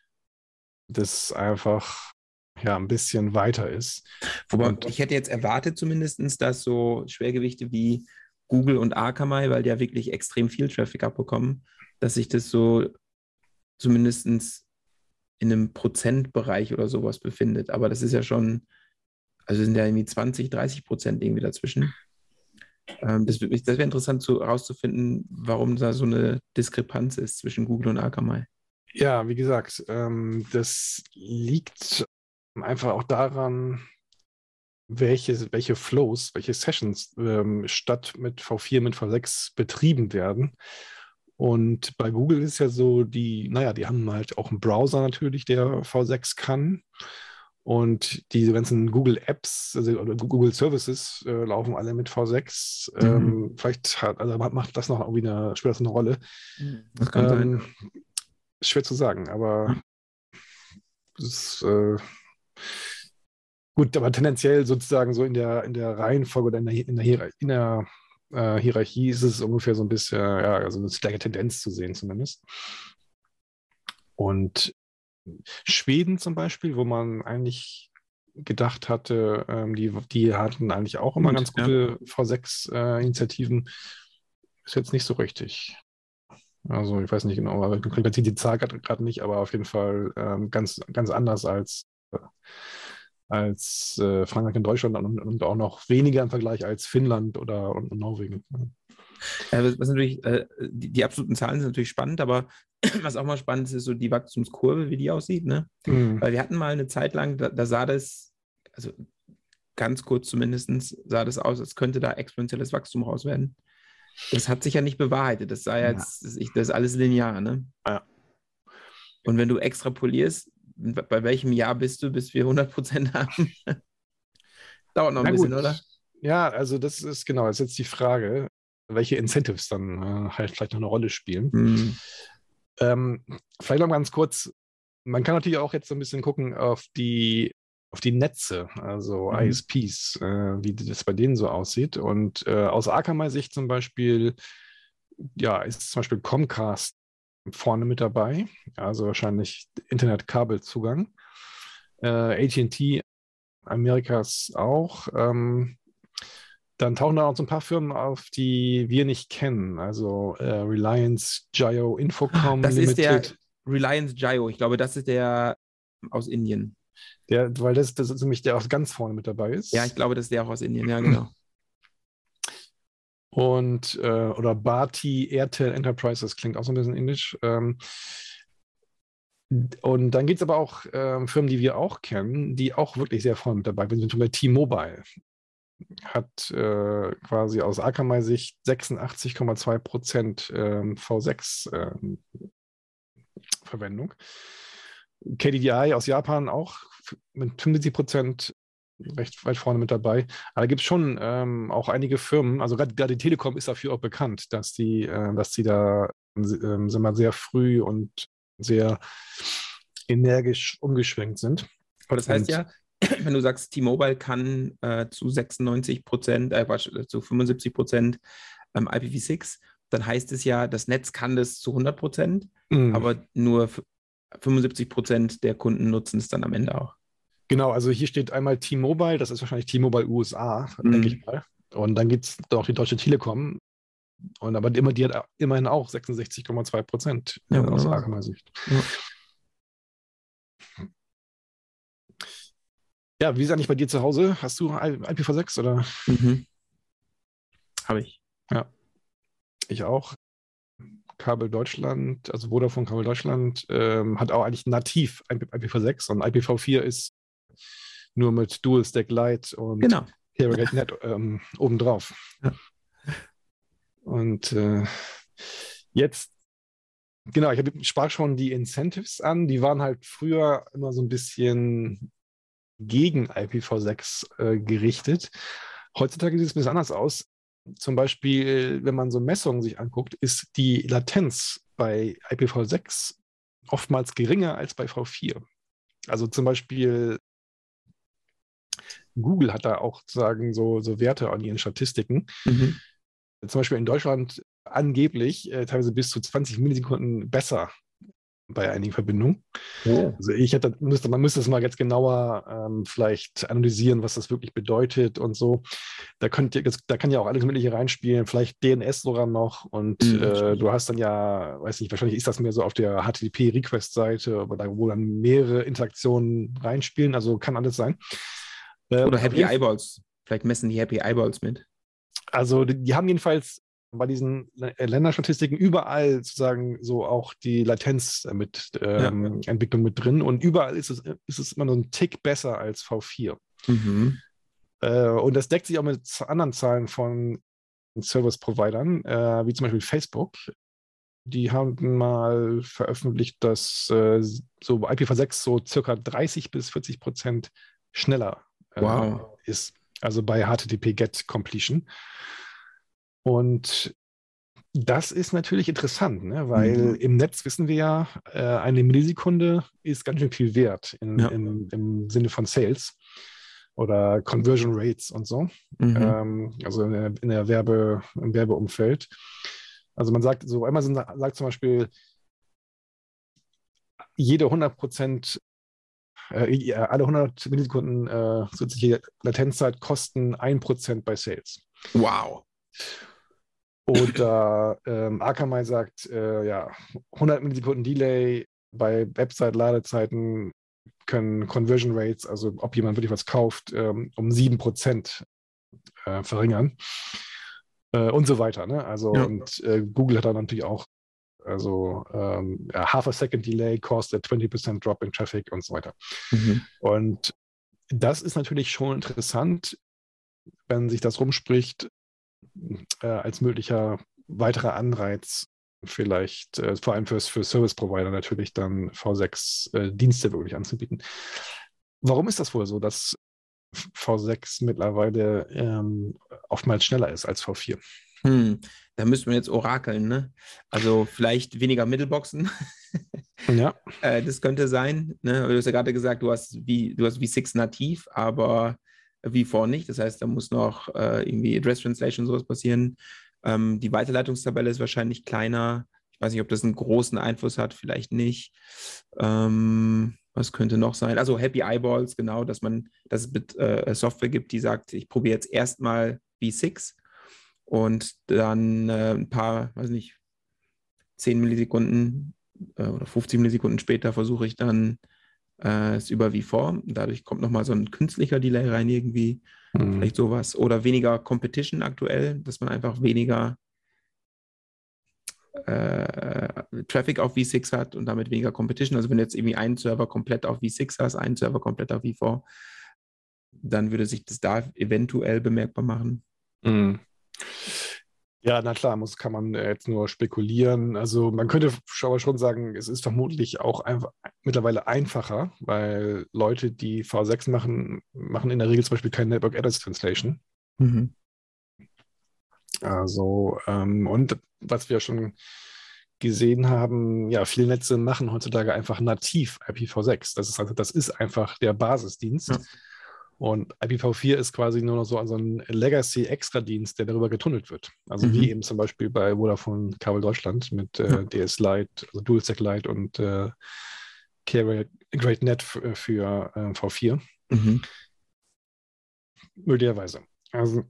das einfach ein bisschen weiter ist. Wobei ich hätte jetzt erwartet zumindest, dass so Schwergewichte wie Google und Akamai, weil die ja wirklich extrem viel Traffic abbekommen, dass sich das so zumindest in einem Prozentbereich oder sowas befindet. Aber das ist ja schon, also sind ja irgendwie 20-30% irgendwie dazwischen. Das wäre interessant herauszufinden, warum da so eine Diskrepanz ist zwischen Google und Akamai. Ja, wie gesagt, das liegt einfach auch daran, welche Flows, welche Sessions statt mit V4, mit V6 betrieben werden. Und bei Google ist ja so, die haben halt auch einen Browser natürlich, der V6 kann. Und diese ganzen Google Apps, oder Google Services laufen alle mit V6. Vielleicht macht das noch irgendwie spielt das eine Rolle. Das kann sein. Schwer zu sagen, aber es ist gut, aber tendenziell sozusagen so in der Reihenfolge oder in der Hierarchie ist es ungefähr so ein bisschen, also eine gleiche Tendenz zu sehen zumindest. Und Schweden zum Beispiel, wo man eigentlich gedacht hatte, die hatten eigentlich auch immer ganz gute V6-Initiativen, ist jetzt nicht so richtig. Also ich weiß nicht genau, aber ich die Zahl gerade nicht, aber auf jeden Fall ganz, ganz anders als Frankreich und Deutschland und auch noch weniger im Vergleich als Finnland und Norwegen. Was natürlich, die absoluten Zahlen sind natürlich spannend, aber was auch mal spannend ist, ist so die Wachstumskurve, wie die aussieht, ne? Weil wir hatten mal eine Zeit lang, da sah das, also ganz kurz zumindest, sah das aus, als könnte da exponentielles Wachstum raus werden. Das hat sich ja nicht bewahrheitet. Das sei jetzt, das ist alles linear, ne? Ja. Und wenn du extrapolierst, bei welchem Jahr bist du, bis wir 100% haben? Dauert noch ein bisschen, oder? Ja, also das ist jetzt die Frage, welche Incentives dann halt vielleicht noch eine Rolle spielen. Vielleicht noch ganz kurz, man kann natürlich auch jetzt so ein bisschen gucken auf die Netze, also ISPs, wie das bei denen so aussieht. Und aus Akamai-Sicht zum Beispiel, ist zum Beispiel Comcast vorne mit dabei, also wahrscheinlich Internetkabelzugang. AT&T Amerikas auch. Dann tauchen da auch so ein paar Firmen auf, die wir nicht kennen. Also Reliance Jio Infocom das Limited. Das ist der Reliance Jio. Ich glaube, das ist der aus Indien. Weil das ist nämlich der auch ganz vorne mit dabei ist. Ja, ich glaube, das ist der auch aus Indien. Ja, genau. Und oder Bharti Airtel Enterprises klingt auch so ein bisschen indisch. Und dann gibt es aber auch Firmen, die wir auch kennen, die auch wirklich sehr vorne mit dabei sind. Zum Beispiel T-Mobile hat quasi aus Akamai-Sicht 86,2% V6-Verwendung. KDDI aus Japan auch mit 75% recht weit vorne mit dabei. Aber da gibt es schon auch einige Firmen, also gerade die Telekom ist dafür auch bekannt, dass die da sind wir sehr früh und sehr energisch umgeschwenkt sind. Aber das heißt Und ja, wenn du sagst, T-Mobile kann zu 96%, zu 75% IPv6, dann heißt es ja, das Netz kann das zu 100%, mh, aber nur 75% der Kunden nutzen es dann am Ende auch. genau, also hier steht einmal T-Mobile, das ist wahrscheinlich T-Mobile USA, denke ich Mhm. mal. Und dann gibt es noch die Deutsche Telekom. Und aber immer, die hat immerhin auch 66,2% Ja, aus wunderbar. Akamai Sicht. Ja. Ja, wie ist eigentlich bei dir zu Hause? Hast du IPv6 oder? Mhm. Habe ich. Ja, ich auch. Kabel Deutschland, also Vodafone Kabel Deutschland, hat auch eigentlich nativ IPv6 und IPv4 ist nur mit Dual Stack Lite und Genau. Carrier Net obendrauf. Ja. Und jetzt, genau, sprach schon die Incentives an, die waren halt früher immer so ein bisschen gegen IPv6 gerichtet. Heutzutage sieht es ein bisschen anders aus. Zum Beispiel, wenn man so Messungen sich anguckt, ist die Latenz bei IPv6 oftmals geringer als bei V4. Also zum Beispiel Google hat da auch sozusagen so Werte an ihren Statistiken. Mhm. Zum Beispiel in Deutschland angeblich teilweise bis zu 20 Millisekunden besser bei einigen Verbindungen. Oh. Also man müsste es mal jetzt genauer vielleicht analysieren, was das wirklich bedeutet und so. Da kann ja auch alles Mögliche reinspielen, vielleicht DNS sogar noch. Und Wahrscheinlich. du hast dann ja, weiß nicht, wahrscheinlich ist das mehr so auf der HTTP-Request-Seite, wo dann mehrere Interaktionen reinspielen. Also kann alles sein. Oder Auf Happy jeden Fall, Eyeballs. Vielleicht messen die Happy Eyeballs mit. also die haben jedenfalls bei diesen Länderstatistiken überall sozusagen so auch die Latenz mit Ja. Entwicklung mit drin und überall ist es immer so ein Tick besser als V4. Mhm. Und das deckt sich auch mit anderen Zahlen von Service-Providern, wie zum Beispiel Facebook. Die haben mal veröffentlicht, dass so IPv6 so circa 30-40% schneller Wow. ist. Also bei HTTP GET Completion. Und das ist natürlich interessant, ne? Weil Mhm. im Netz wissen wir ja, eine Millisekunde ist ganz schön viel wert Ja. im Sinne von Sales oder Conversion Rates und so. Mhm. Also im Werbeumfeld. Also man sagt so, Amazon sagt zum Beispiel, jede 100%, alle 100 Millisekunden zusätzliche Latenzzeit kosten 1% bei Sales. Wow. Oder Akamai sagt, ja, 100 Millisekunden Delay bei Website-Ladezeiten können Conversion Rates, also ob jemand wirklich was kauft, um 7% verringern und so weiter. Ne? Also Ja. und Google hat dann natürlich auch, also half a second delay caused a 20% drop in traffic und so weiter. Mhm. Und das ist natürlich schon interessant, wenn sich das rumspricht, als möglicher weiterer Anreiz vielleicht, vor allem für Service-Provider natürlich dann V6 Dienste wirklich anzubieten. Warum ist das wohl so, dass V6 mittlerweile oftmals schneller ist als V4? Da müssten wir jetzt orakeln, ne? Also vielleicht weniger Mittelboxen. Ja. Das könnte sein. Ne? Du hast ja gerade gesagt, du hast V6 nativ, aber V4 nicht. Das heißt, da muss noch irgendwie Address Translation sowas passieren. Die Weiterleitungstabelle ist wahrscheinlich kleiner. Ich weiß nicht, ob das einen großen Einfluss hat, vielleicht nicht. Was könnte noch sein? Also Happy Eyeballs, genau, dass es mit Software gibt, die sagt, ich probiere jetzt erstmal V6 und dann ein paar, weiß nicht, 10 Millisekunden oder 15 Millisekunden später versuche ich dann es über V4. Dadurch kommt nochmal so ein künstlicher Delay rein irgendwie. Mhm. Vielleicht sowas. Oder weniger Competition aktuell, dass man einfach weniger Traffic auf V6 hat und damit weniger Competition. Also wenn du jetzt irgendwie einen Server komplett auf V6 hast, einen Server komplett auf V4, dann würde sich das da eventuell bemerkbar machen. Mhm. Ja, na klar, kann man jetzt nur spekulieren. Also man könnte aber schon sagen, es ist vermutlich auch einfach mittlerweile einfacher, weil Leute, die V6 machen in der Regel zum Beispiel kein Network Address Translation. Mhm. Also, und was wir schon gesehen haben, ja, viele Netze machen heutzutage einfach nativ IPv6. Das ist einfach der Basisdienst. Ja. Und IPv4 ist quasi nur noch so ein Legacy-Extra-Dienst, der darüber getunnelt wird. Also wie eben zum Beispiel bei Vodafone Kabel Deutschland mit DS Lite, also DualSec Lite und Carrier Great Net für V4. Möglicherweise. Also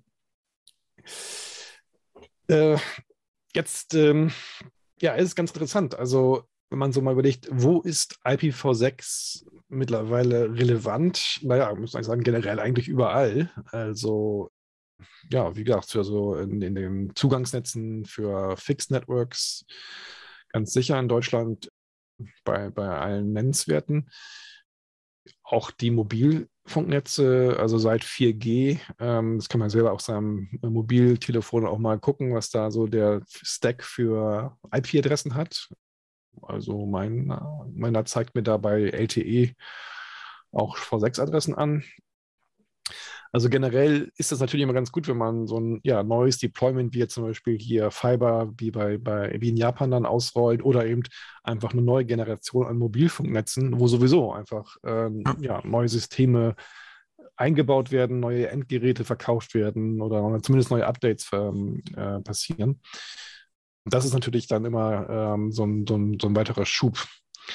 jetzt ja, ist ganz interessant. Also wenn man so mal überlegt, wo ist IPv6 mittlerweile relevant? Naja, muss man sagen, generell eigentlich überall. Also ja, wie gesagt, für so in den Zugangsnetzen für Fixed Networks ganz sicher in Deutschland bei allen Nennenswerten. Auch die Mobilfunknetze, also seit 4G, das kann man selber auf seinem Mobiltelefon auch mal gucken, was da so der Stack für IP-Adressen hat. Also meiner zeigt mir da bei LTE auch V6-Adressen an. Also generell ist das natürlich immer ganz gut, wenn man so ein neues Deployment, wie jetzt zum Beispiel hier Fiber, wie in Japan dann ausrollt, oder eben einfach eine neue Generation an Mobilfunknetzen, wo sowieso einfach neue Systeme eingebaut werden, neue Endgeräte verkauft werden oder zumindest neue Updates passieren. Das ist natürlich dann immer so ein weiterer Schub.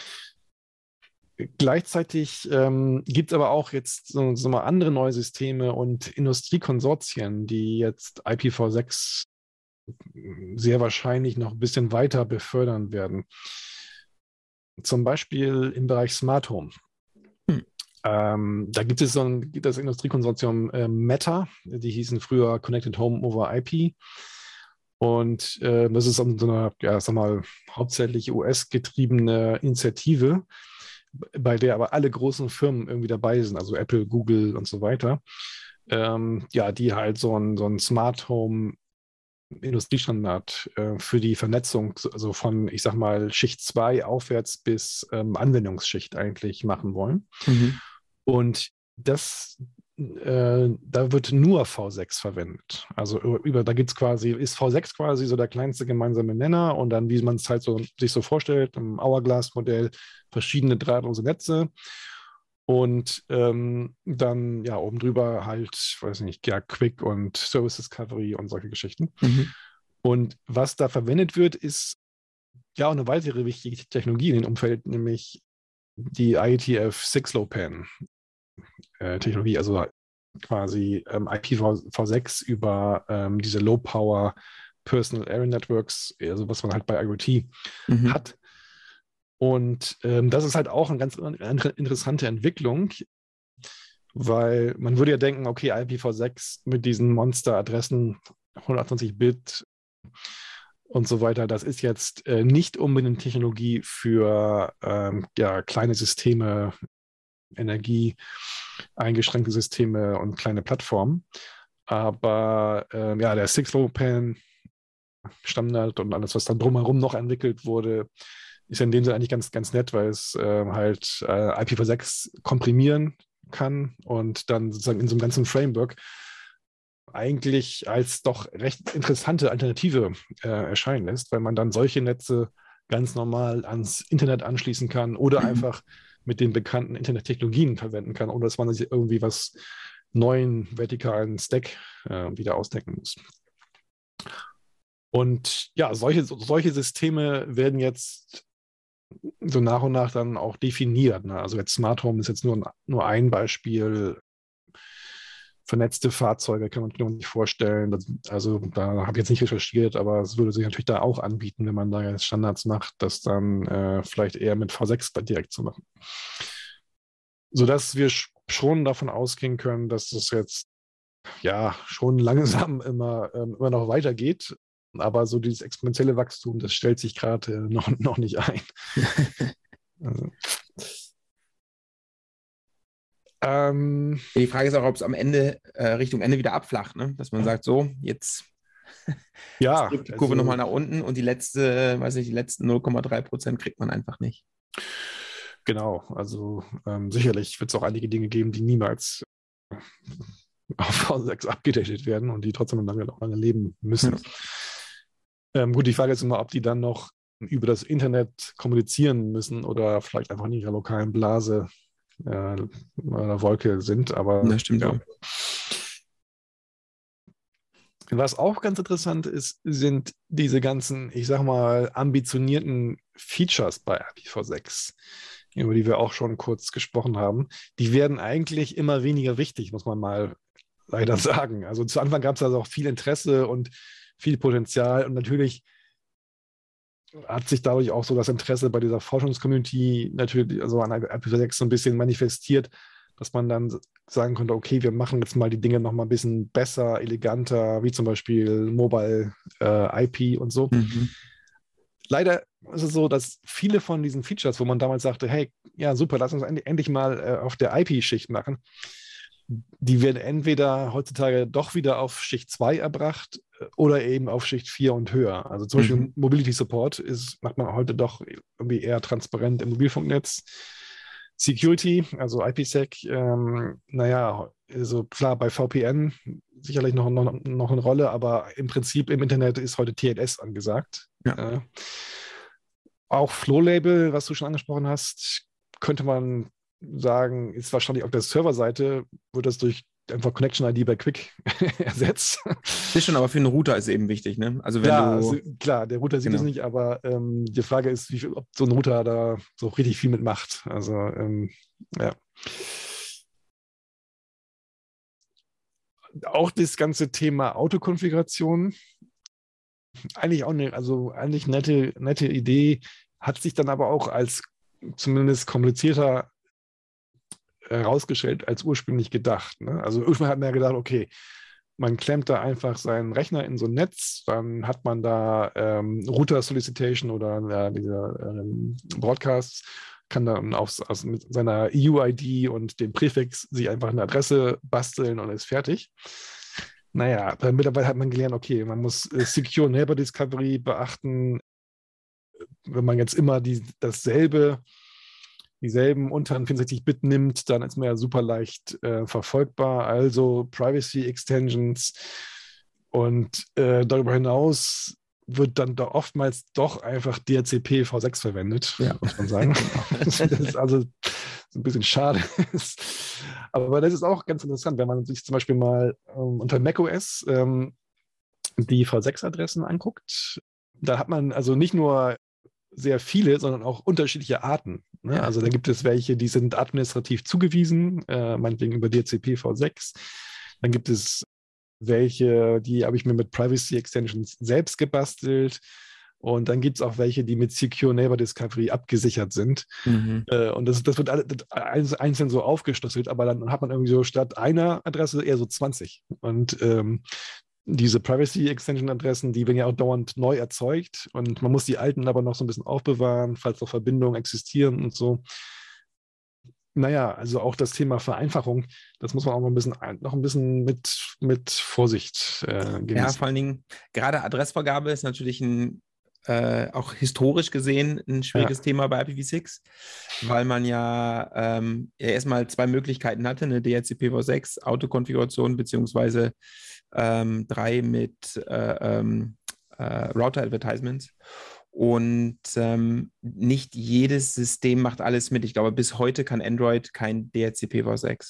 Gleichzeitig gibt es aber auch jetzt so mal andere neue Systeme und Industriekonsortien, die jetzt IPv6 sehr wahrscheinlich noch ein bisschen weiter befördern werden. Zum Beispiel im Bereich Smart Home. Da gibt es das Industriekonsortium Meta, die hießen früher Connected Home over IP. Und das ist so eine, sag mal, hauptsächlich US-getriebene Initiative, bei der aber alle großen Firmen irgendwie dabei sind, also Apple, Google und so weiter, die halt so ein Smart Home Industriestandard für die Vernetzung, also von, ich sag mal, Schicht 2 aufwärts bis Anwendungsschicht eigentlich machen wollen. Und da wird nur V6 verwendet. Also da gibt es quasi, ist V6 quasi so der kleinste gemeinsame Nenner und dann, wie man es halt sich so vorstellt, im Hourglass-Modell verschiedene drahtlose Netze und dann oben drüber halt, weiß nicht, Quick und Service Discovery und solche Geschichten. Und was da verwendet wird, ist auch eine weitere wichtige Technologie in dem Umfeld, nämlich die IETF6-LoWPAN. Technologie, also quasi IPv6 über diese Low-Power Personal Area Networks, also was man halt bei IoT hat. Und das ist halt auch eine ganz interessante Entwicklung, weil man würde ja denken, okay, IPv6 mit diesen Monster-Adressen, 128-Bit und so weiter, das ist jetzt nicht unbedingt Technologie für kleine Systeme, Energie eingeschränkte Systeme und kleine Plattformen. Aber der 6LoWPAN Standard und alles, was dann drumherum noch entwickelt wurde, ist in dem Sinne eigentlich ganz, ganz nett, weil es halt IPv6 komprimieren kann und dann sozusagen in so einem ganzen Framework eigentlich als doch recht interessante Alternative erscheinen lässt, weil man dann solche Netze ganz normal ans Internet anschließen kann oder einfach mit den bekannten Internettechnologien verwenden kann, ohne dass man sich irgendwie was neuen vertikalen Stack wieder ausdecken muss. Und ja, solche Systeme werden jetzt so nach und nach dann auch definiert. Ne? Also jetzt Smart Home ist jetzt nur ein Beispiel. Vernetzte Fahrzeuge kann man sich noch nicht vorstellen. Also da habe ich jetzt nicht recherchiert, aber es würde sich natürlich da auch anbieten, wenn man da jetzt Standards macht, das dann vielleicht eher mit V6 direkt zu machen. Sodass wir schon davon ausgehen können, dass das jetzt schon langsam immer noch weitergeht. Aber so dieses exponentielle Wachstum, das stellt sich gerade noch nicht ein. Also. Die Frage ist auch, ob es am Ende Richtung Ende wieder abflacht, ne? Dass man sagt, so, jetzt drückt die Kurve nochmal nach unten und die letzten 0,3% kriegt man einfach nicht. Genau, also sicherlich wird es auch einige Dinge geben, die niemals auf V6 abgedatet werden und die trotzdem lange leben müssen. Gut, die Frage ist immer, ob die dann noch über das Internet kommunizieren müssen oder vielleicht einfach in ihrer lokalen Blase einer Wolke sind. Aber Das stimmt ja. so. Was auch ganz interessant ist, sind diese ganzen, ich sag mal, ambitionierten Features bei IPv6, über die wir auch schon kurz gesprochen haben. Die werden eigentlich immer weniger wichtig, muss man mal leider sagen. Also zu Anfang gab es also auch viel Interesse und viel Potenzial und natürlich hat sich dadurch auch so das Interesse bei dieser Forschungscommunity natürlich also an IPv6 so ein bisschen manifestiert, dass man dann sagen konnte, okay, wir machen jetzt mal die Dinge noch mal ein bisschen besser, eleganter, wie zum Beispiel Mobile IP und so. Mhm. Leider ist es so, dass viele von diesen Features, wo man damals sagte, hey, ja super, lass uns endlich mal auf der IP-Schicht machen, die werden entweder heutzutage doch wieder auf Schicht 2 erbracht oder eben auf Schicht 4 und höher. Also zum Beispiel Mobility Support macht man heute doch irgendwie eher transparent im Mobilfunknetz. Security, also IPsec, naja, also klar, bei VPN sicherlich noch eine Rolle, aber im Prinzip im Internet ist heute TLS angesagt. Ja. Auch Flow-Label, was du schon angesprochen hast, könnte man sagen, ist wahrscheinlich auf der Serverseite, wird das durch einfach Connection ID bei Quick ersetzt. Das ist schon, aber für einen Router ist eben wichtig, ne? Also wenn Ja, du. also, klar, der Router sieht es nicht, aber die Frage ist, ob so ein Router da so richtig viel mitmacht. Also, ja. Auch das ganze Thema Autokonfiguration, eigentlich auch eigentlich nette Idee, hat sich dann aber auch als zumindest komplizierter herausgestellt als ursprünglich gedacht. Ne? Also ursprünglich hat man ja gedacht, okay, man klemmt da einfach seinen Rechner in so ein Netz, dann hat man da Router Solicitation oder diese Broadcasts, kann dann mit seiner EU-ID und dem Präfix sich einfach eine Adresse basteln und ist fertig. Naja, mittlerweile hat man gelernt, okay, man muss Secure Neighbor Discovery beachten, wenn man jetzt immer dieselben unteren 64-Bit nimmt, dann ist man ja super leicht verfolgbar. Also Privacy Extensions und darüber hinaus wird dann doch oftmals doch einfach DHCP V6 verwendet, muss man sagen. Das ist also ein bisschen schade. Aber das ist auch ganz interessant, wenn man sich zum Beispiel mal unter macOS die V6-Adressen anguckt. Da hat man also nicht nur sehr viele, sondern auch unterschiedliche Arten. Ne? Ja. Also da gibt es welche, die sind administrativ zugewiesen, meinetwegen über DHCP V6. Dann gibt es welche, die habe ich mir mit Privacy Extensions selbst gebastelt. Und dann gibt es auch welche, die mit Secure Neighbor Discovery abgesichert sind. Und das wird alles einzeln so aufgeschlüsselt, aber dann hat man irgendwie so statt einer Adresse eher so 20. Und diese Privacy-Extension-Adressen, die werden ja auch dauernd neu erzeugt und man muss die alten aber noch so ein bisschen aufbewahren, falls noch Verbindungen existieren und so. Naja, also auch das Thema Vereinfachung, das muss man auch noch ein bisschen mit Vorsicht genießen. Ja, vor allen Dingen, gerade Adressvergabe ist natürlich auch historisch gesehen ein schwieriges Thema bei IPv6, weil man ja erstmal zwei Möglichkeiten hatte, eine DHCP-V6 Autokonfiguration beziehungsweise 3 mit Router-Advertisements. Und nicht jedes System macht alles mit. Ich glaube, bis heute kann Android kein DHCP-V6.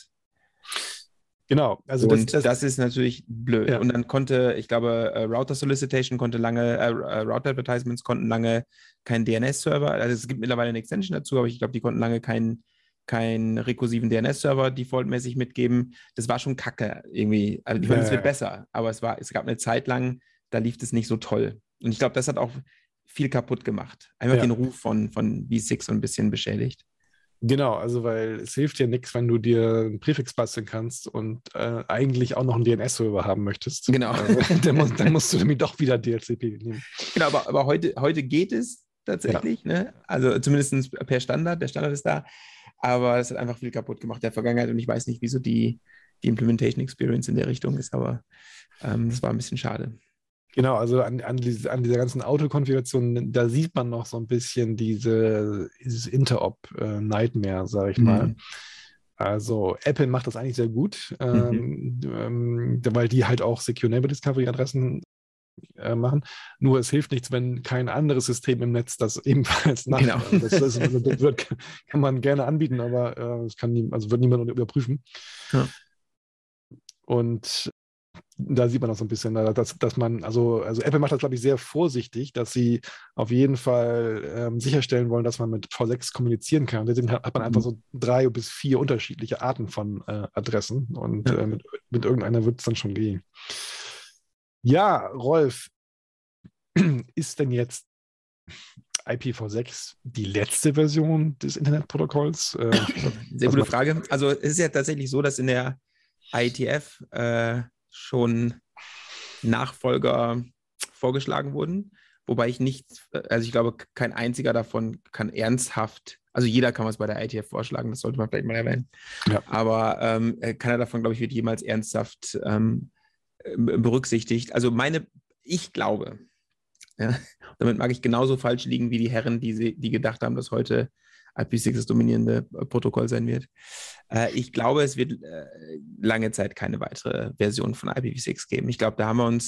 Genau. Also das ist natürlich blöd. Ja. Und dann ich glaube, Router Solicitation konnte lange, Router Advertisements konnten lange keinen DNS-Server. Also es gibt mittlerweile eine Extension dazu, aber ich glaube, die konnten lange keinen rekursiven DNS-Server defaultmäßig mitgeben. Das war schon kacke irgendwie. Also ich meine, es wird besser, aber es gab eine Zeit lang, da lief es nicht so toll. Und ich glaube, das hat auch viel kaputt gemacht. Einfach den Ruf von V6 so ein bisschen beschädigt. Genau, also weil es hilft dir nichts, wenn du dir einen Präfix basteln kannst und eigentlich auch noch einen DNS-Server haben möchtest. Genau. Dann musst du nämlich doch wieder DHCP nehmen. Genau, aber heute geht es tatsächlich. Ne? Also zumindest per Standard. Der Standard ist da. Aber es hat einfach viel kaputt gemacht in der Vergangenheit und ich weiß nicht, wieso die Implementation Experience in der Richtung ist, aber das war ein bisschen schade. Genau, also an dieser ganzen Autokonfiguration, da sieht man noch so ein bisschen dieses Interop-Nightmare, sage ich mal. Also Apple macht das eigentlich sehr gut, weil die halt auch Secure Neighbor Discovery Adressen machen. Nur es hilft nichts, wenn kein anderes System im Netz das ebenfalls macht. Genau. Kann man gerne anbieten, aber das wird niemand überprüfen. Ja. Und da sieht man auch so ein bisschen, dass man, also Apple macht das, glaube ich, sehr vorsichtig, dass sie auf jeden Fall sicherstellen wollen, dass man mit V6 kommunizieren kann. Deswegen hat man einfach so 3 bis 4 unterschiedliche Arten von Adressen und mit irgendeiner wird es dann schon gehen. Ja, Rolf, ist denn jetzt IPv6 die letzte Version des Internetprotokolls? Sehr gute Frage. Also es ist ja tatsächlich so, dass in der IETF schon Nachfolger vorgeschlagen wurden, wobei ich glaube, kein einziger davon kann ernsthaft, also jeder kann was bei der IETF vorschlagen, das sollte man vielleicht mal erwähnen, aber keiner davon, glaube ich, wird jemals ernsthaft berücksichtigt. Also ich glaube, damit mag ich genauso falsch liegen wie die Herren, die gedacht haben, dass heute IPv6 das dominierende Protokoll sein wird. Ich glaube, es wird lange Zeit keine weitere Version von IPv6 geben. Ich glaube, da haben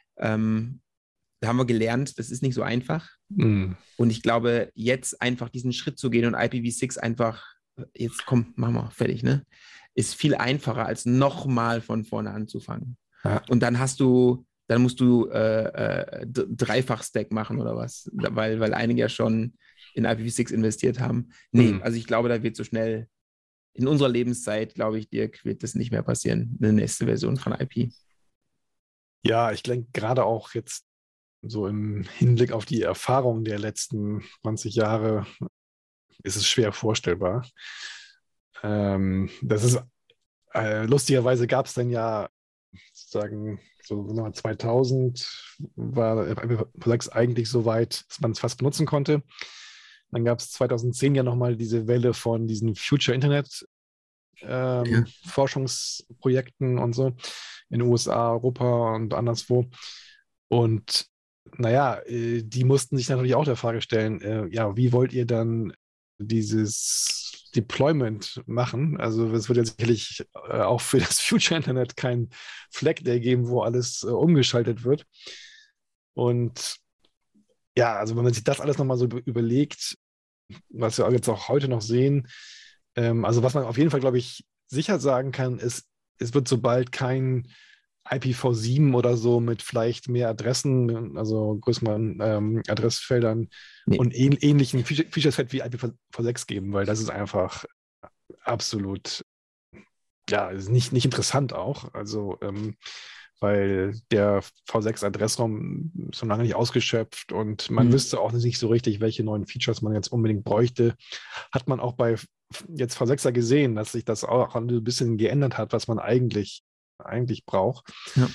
wir gelernt, das ist nicht so einfach. Und ich glaube, jetzt einfach diesen Schritt zu gehen und IPv6 einfach, jetzt komm, machen wir, fertig, ne? Ist viel einfacher, als nochmal von vorne anzufangen. Ja. Und dann musst du Dreifach-Stack machen oder was, weil einige ja schon in IPv6 investiert haben. Nee, also ich glaube, da wird so schnell in unserer Lebenszeit, glaube ich, Dirk, wird das nicht mehr passieren, eine nächste Version von IP. Ja, ich denke gerade auch jetzt so im Hinblick auf die Erfahrung der letzten 20 Jahre ist es schwer vorstellbar. Das ist lustigerweise gab es dann ja sozusagen so 2000 war IPv6 eigentlich so weit, dass man es fast benutzen konnte. Dann gab es 2010 ja nochmal diese Welle von diesen Future Internet Forschungsprojekten und so in den USA, Europa und anderswo. Und naja, die mussten sich natürlich auch der Frage stellen, wie wollt ihr dann dieses Deployment machen? Also es wird ja sicherlich auch für das Future Internet kein Flag Day geben, wo alles umgeschaltet wird. Und ja, also wenn man sich das alles nochmal so überlegt, was wir jetzt auch heute noch sehen, also was man auf jeden Fall, glaube ich, sicher sagen kann, ist, es wird sobald kein IPv7 oder so mit vielleicht mehr Adressen, also größeren Adressfeldern und ähnlichen Feature-Set wie IPv6 geben, weil das ist einfach absolut, ist nicht interessant auch. Also weil der V6-Adressraum ist noch lange nicht ausgeschöpft und man wüsste auch nicht so richtig, welche neuen Features man jetzt unbedingt bräuchte. Hat man auch bei jetzt V6er gesehen, dass sich das auch ein bisschen geändert hat, was man eigentlich braucht. Ja.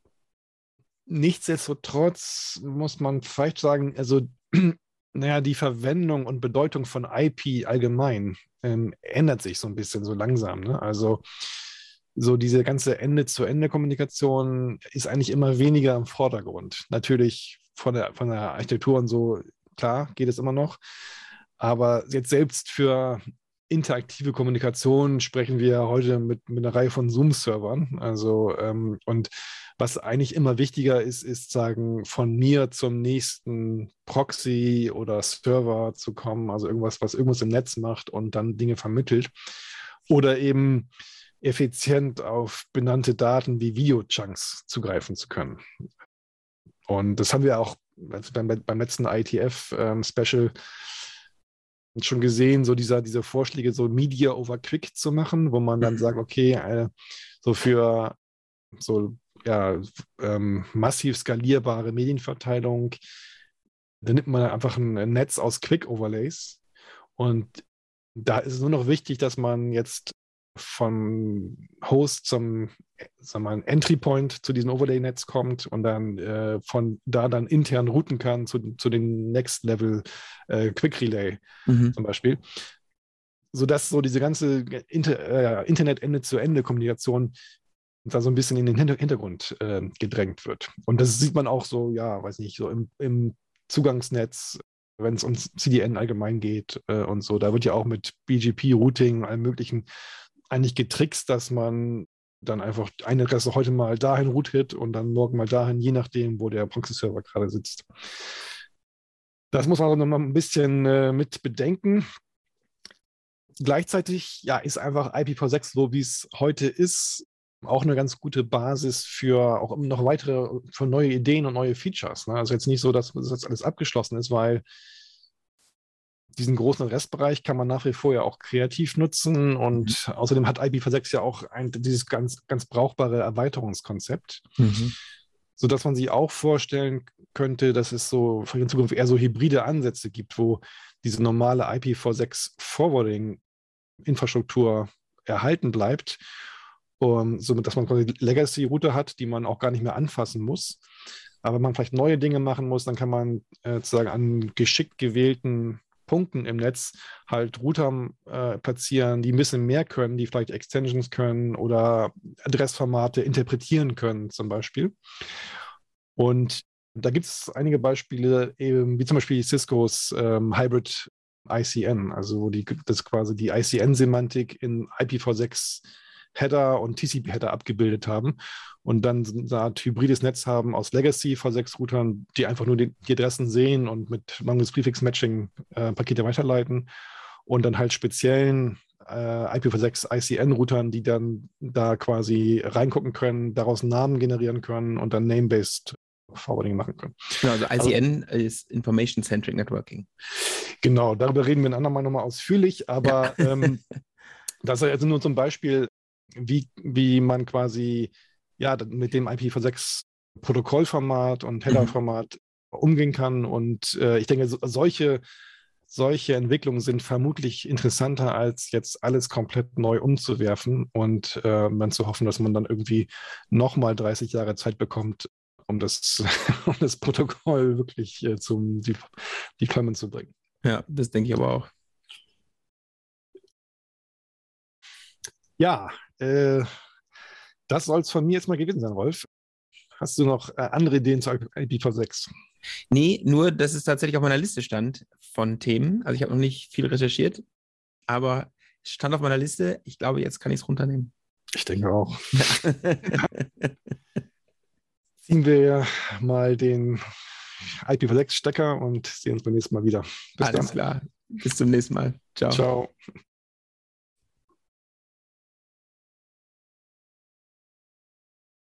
Nichtsdestotrotz muss man vielleicht sagen, also die Verwendung und Bedeutung von IP allgemein ändert sich so ein bisschen so langsam. Ne? Also so diese ganze Ende-zu-Ende-Kommunikation ist eigentlich immer weniger im Vordergrund. Natürlich von der Architektur und so, klar, geht es immer noch. Aber jetzt selbst für interaktive Kommunikation sprechen wir heute mit einer Reihe von Zoom-Servern. Also, und was eigentlich immer wichtiger ist sagen, von mir zum nächsten Proxy oder Server zu kommen, also irgendwas, was irgendwas im Netz macht und dann Dinge vermittelt. Oder eben effizient auf benannte Daten wie Video-Chunks zugreifen zu können. Und das haben wir auch beim letzten IETF-Special schon gesehen, so diese Vorschläge, so Media over Quick zu machen, wo man dann sagt, okay, so für so massiv skalierbare Medienverteilung, da nimmt man einfach ein Netz aus Quick-Overlays und da ist es nur noch wichtig, dass man jetzt von Host zum Entry Point zu diesem Overlay-Netz kommt und dann von da dann intern routen kann zu den Next Level Quick Relay zum Beispiel. Sodass so diese ganze Internet-Ende-zu-Ende-Kommunikation da so ein bisschen in den Hintergrund gedrängt wird. Und das sieht man auch so, weiß nicht, so im Zugangsnetz, wenn es um CDN allgemein geht und so. Da wird ja auch mit BGP-Routing, allem möglichen eigentlich getrickst, dass man dann einfach eine Adresse heute mal dahin Roothit und dann morgen mal dahin, je nachdem, wo der Proxy-Server gerade sitzt. Das muss man also noch mal ein bisschen mit bedenken. Gleichzeitig ja, ist einfach IPv6, so wie es heute ist, auch eine ganz gute Basis für auch noch weitere, für neue Ideen und neue Features. Ne? Also jetzt nicht so, dass das jetzt alles abgeschlossen ist, weil diesen großen Restbereich kann man nach wie vor ja auch kreativ nutzen und außerdem hat IPv6 ja auch dieses ganz, ganz brauchbare Erweiterungskonzept, sodass man sich auch vorstellen könnte, dass es so in Zukunft eher so hybride Ansätze gibt, wo diese normale IPv6 Forwarding-Infrastruktur erhalten bleibt, somit dass man quasi Legacy-Router hat, die man auch gar nicht mehr anfassen muss. Aber wenn man vielleicht neue Dinge machen muss, dann kann man sozusagen an geschickt gewählten Punkten im Netz halt Router platzieren, die ein bisschen mehr können, die vielleicht Extensions können oder Adressformate interpretieren können zum Beispiel. Und da gibt es einige Beispiele, wie zum Beispiel Ciscos Hybrid ICN, also wo das quasi die ICN-Semantik in IPv6 Header und TCP-Header abgebildet haben und dann eine Art hybrides Netz haben aus Legacy-V6-Routern, die einfach nur die Adressen sehen und mit mangels Prefix-Matching Pakete weiterleiten und dann halt speziellen IPv6 ICN-Routern, die dann da quasi reingucken können, daraus Namen generieren können und dann Name-Based Forwarding machen können. Genau, also ICN ist Information-Centric Networking. Genau, darüber reden wir ein andermal nochmal ausführlich, aber das ist also nur zum Beispiel, wie man quasi ja, mit dem IPv6 Protokollformat und Header-Format umgehen kann. Und ich denke, solche Entwicklungen sind vermutlich interessanter, als jetzt alles komplett neu umzuwerfen und dann zu hoffen, dass man dann irgendwie nochmal 30 Jahre Zeit bekommt, um das Protokoll wirklich zum Deployment zu bringen. Ja, das denke ich aber auch. Ja, das soll es von mir jetzt mal gewesen sein, Rolf. Hast du noch andere Ideen zu IPv6? Nee, nur, dass es tatsächlich auf meiner Liste stand von Themen. Also ich habe noch nicht viel recherchiert, aber es stand auf meiner Liste. Ich glaube, jetzt kann ich es runternehmen. Ich denke auch. Ziehen wir mal den IPv6-Stecker und sehen uns beim nächsten Mal wieder. Bis dann. Alles klar. Bis zum nächsten Mal. Ciao. Ciao.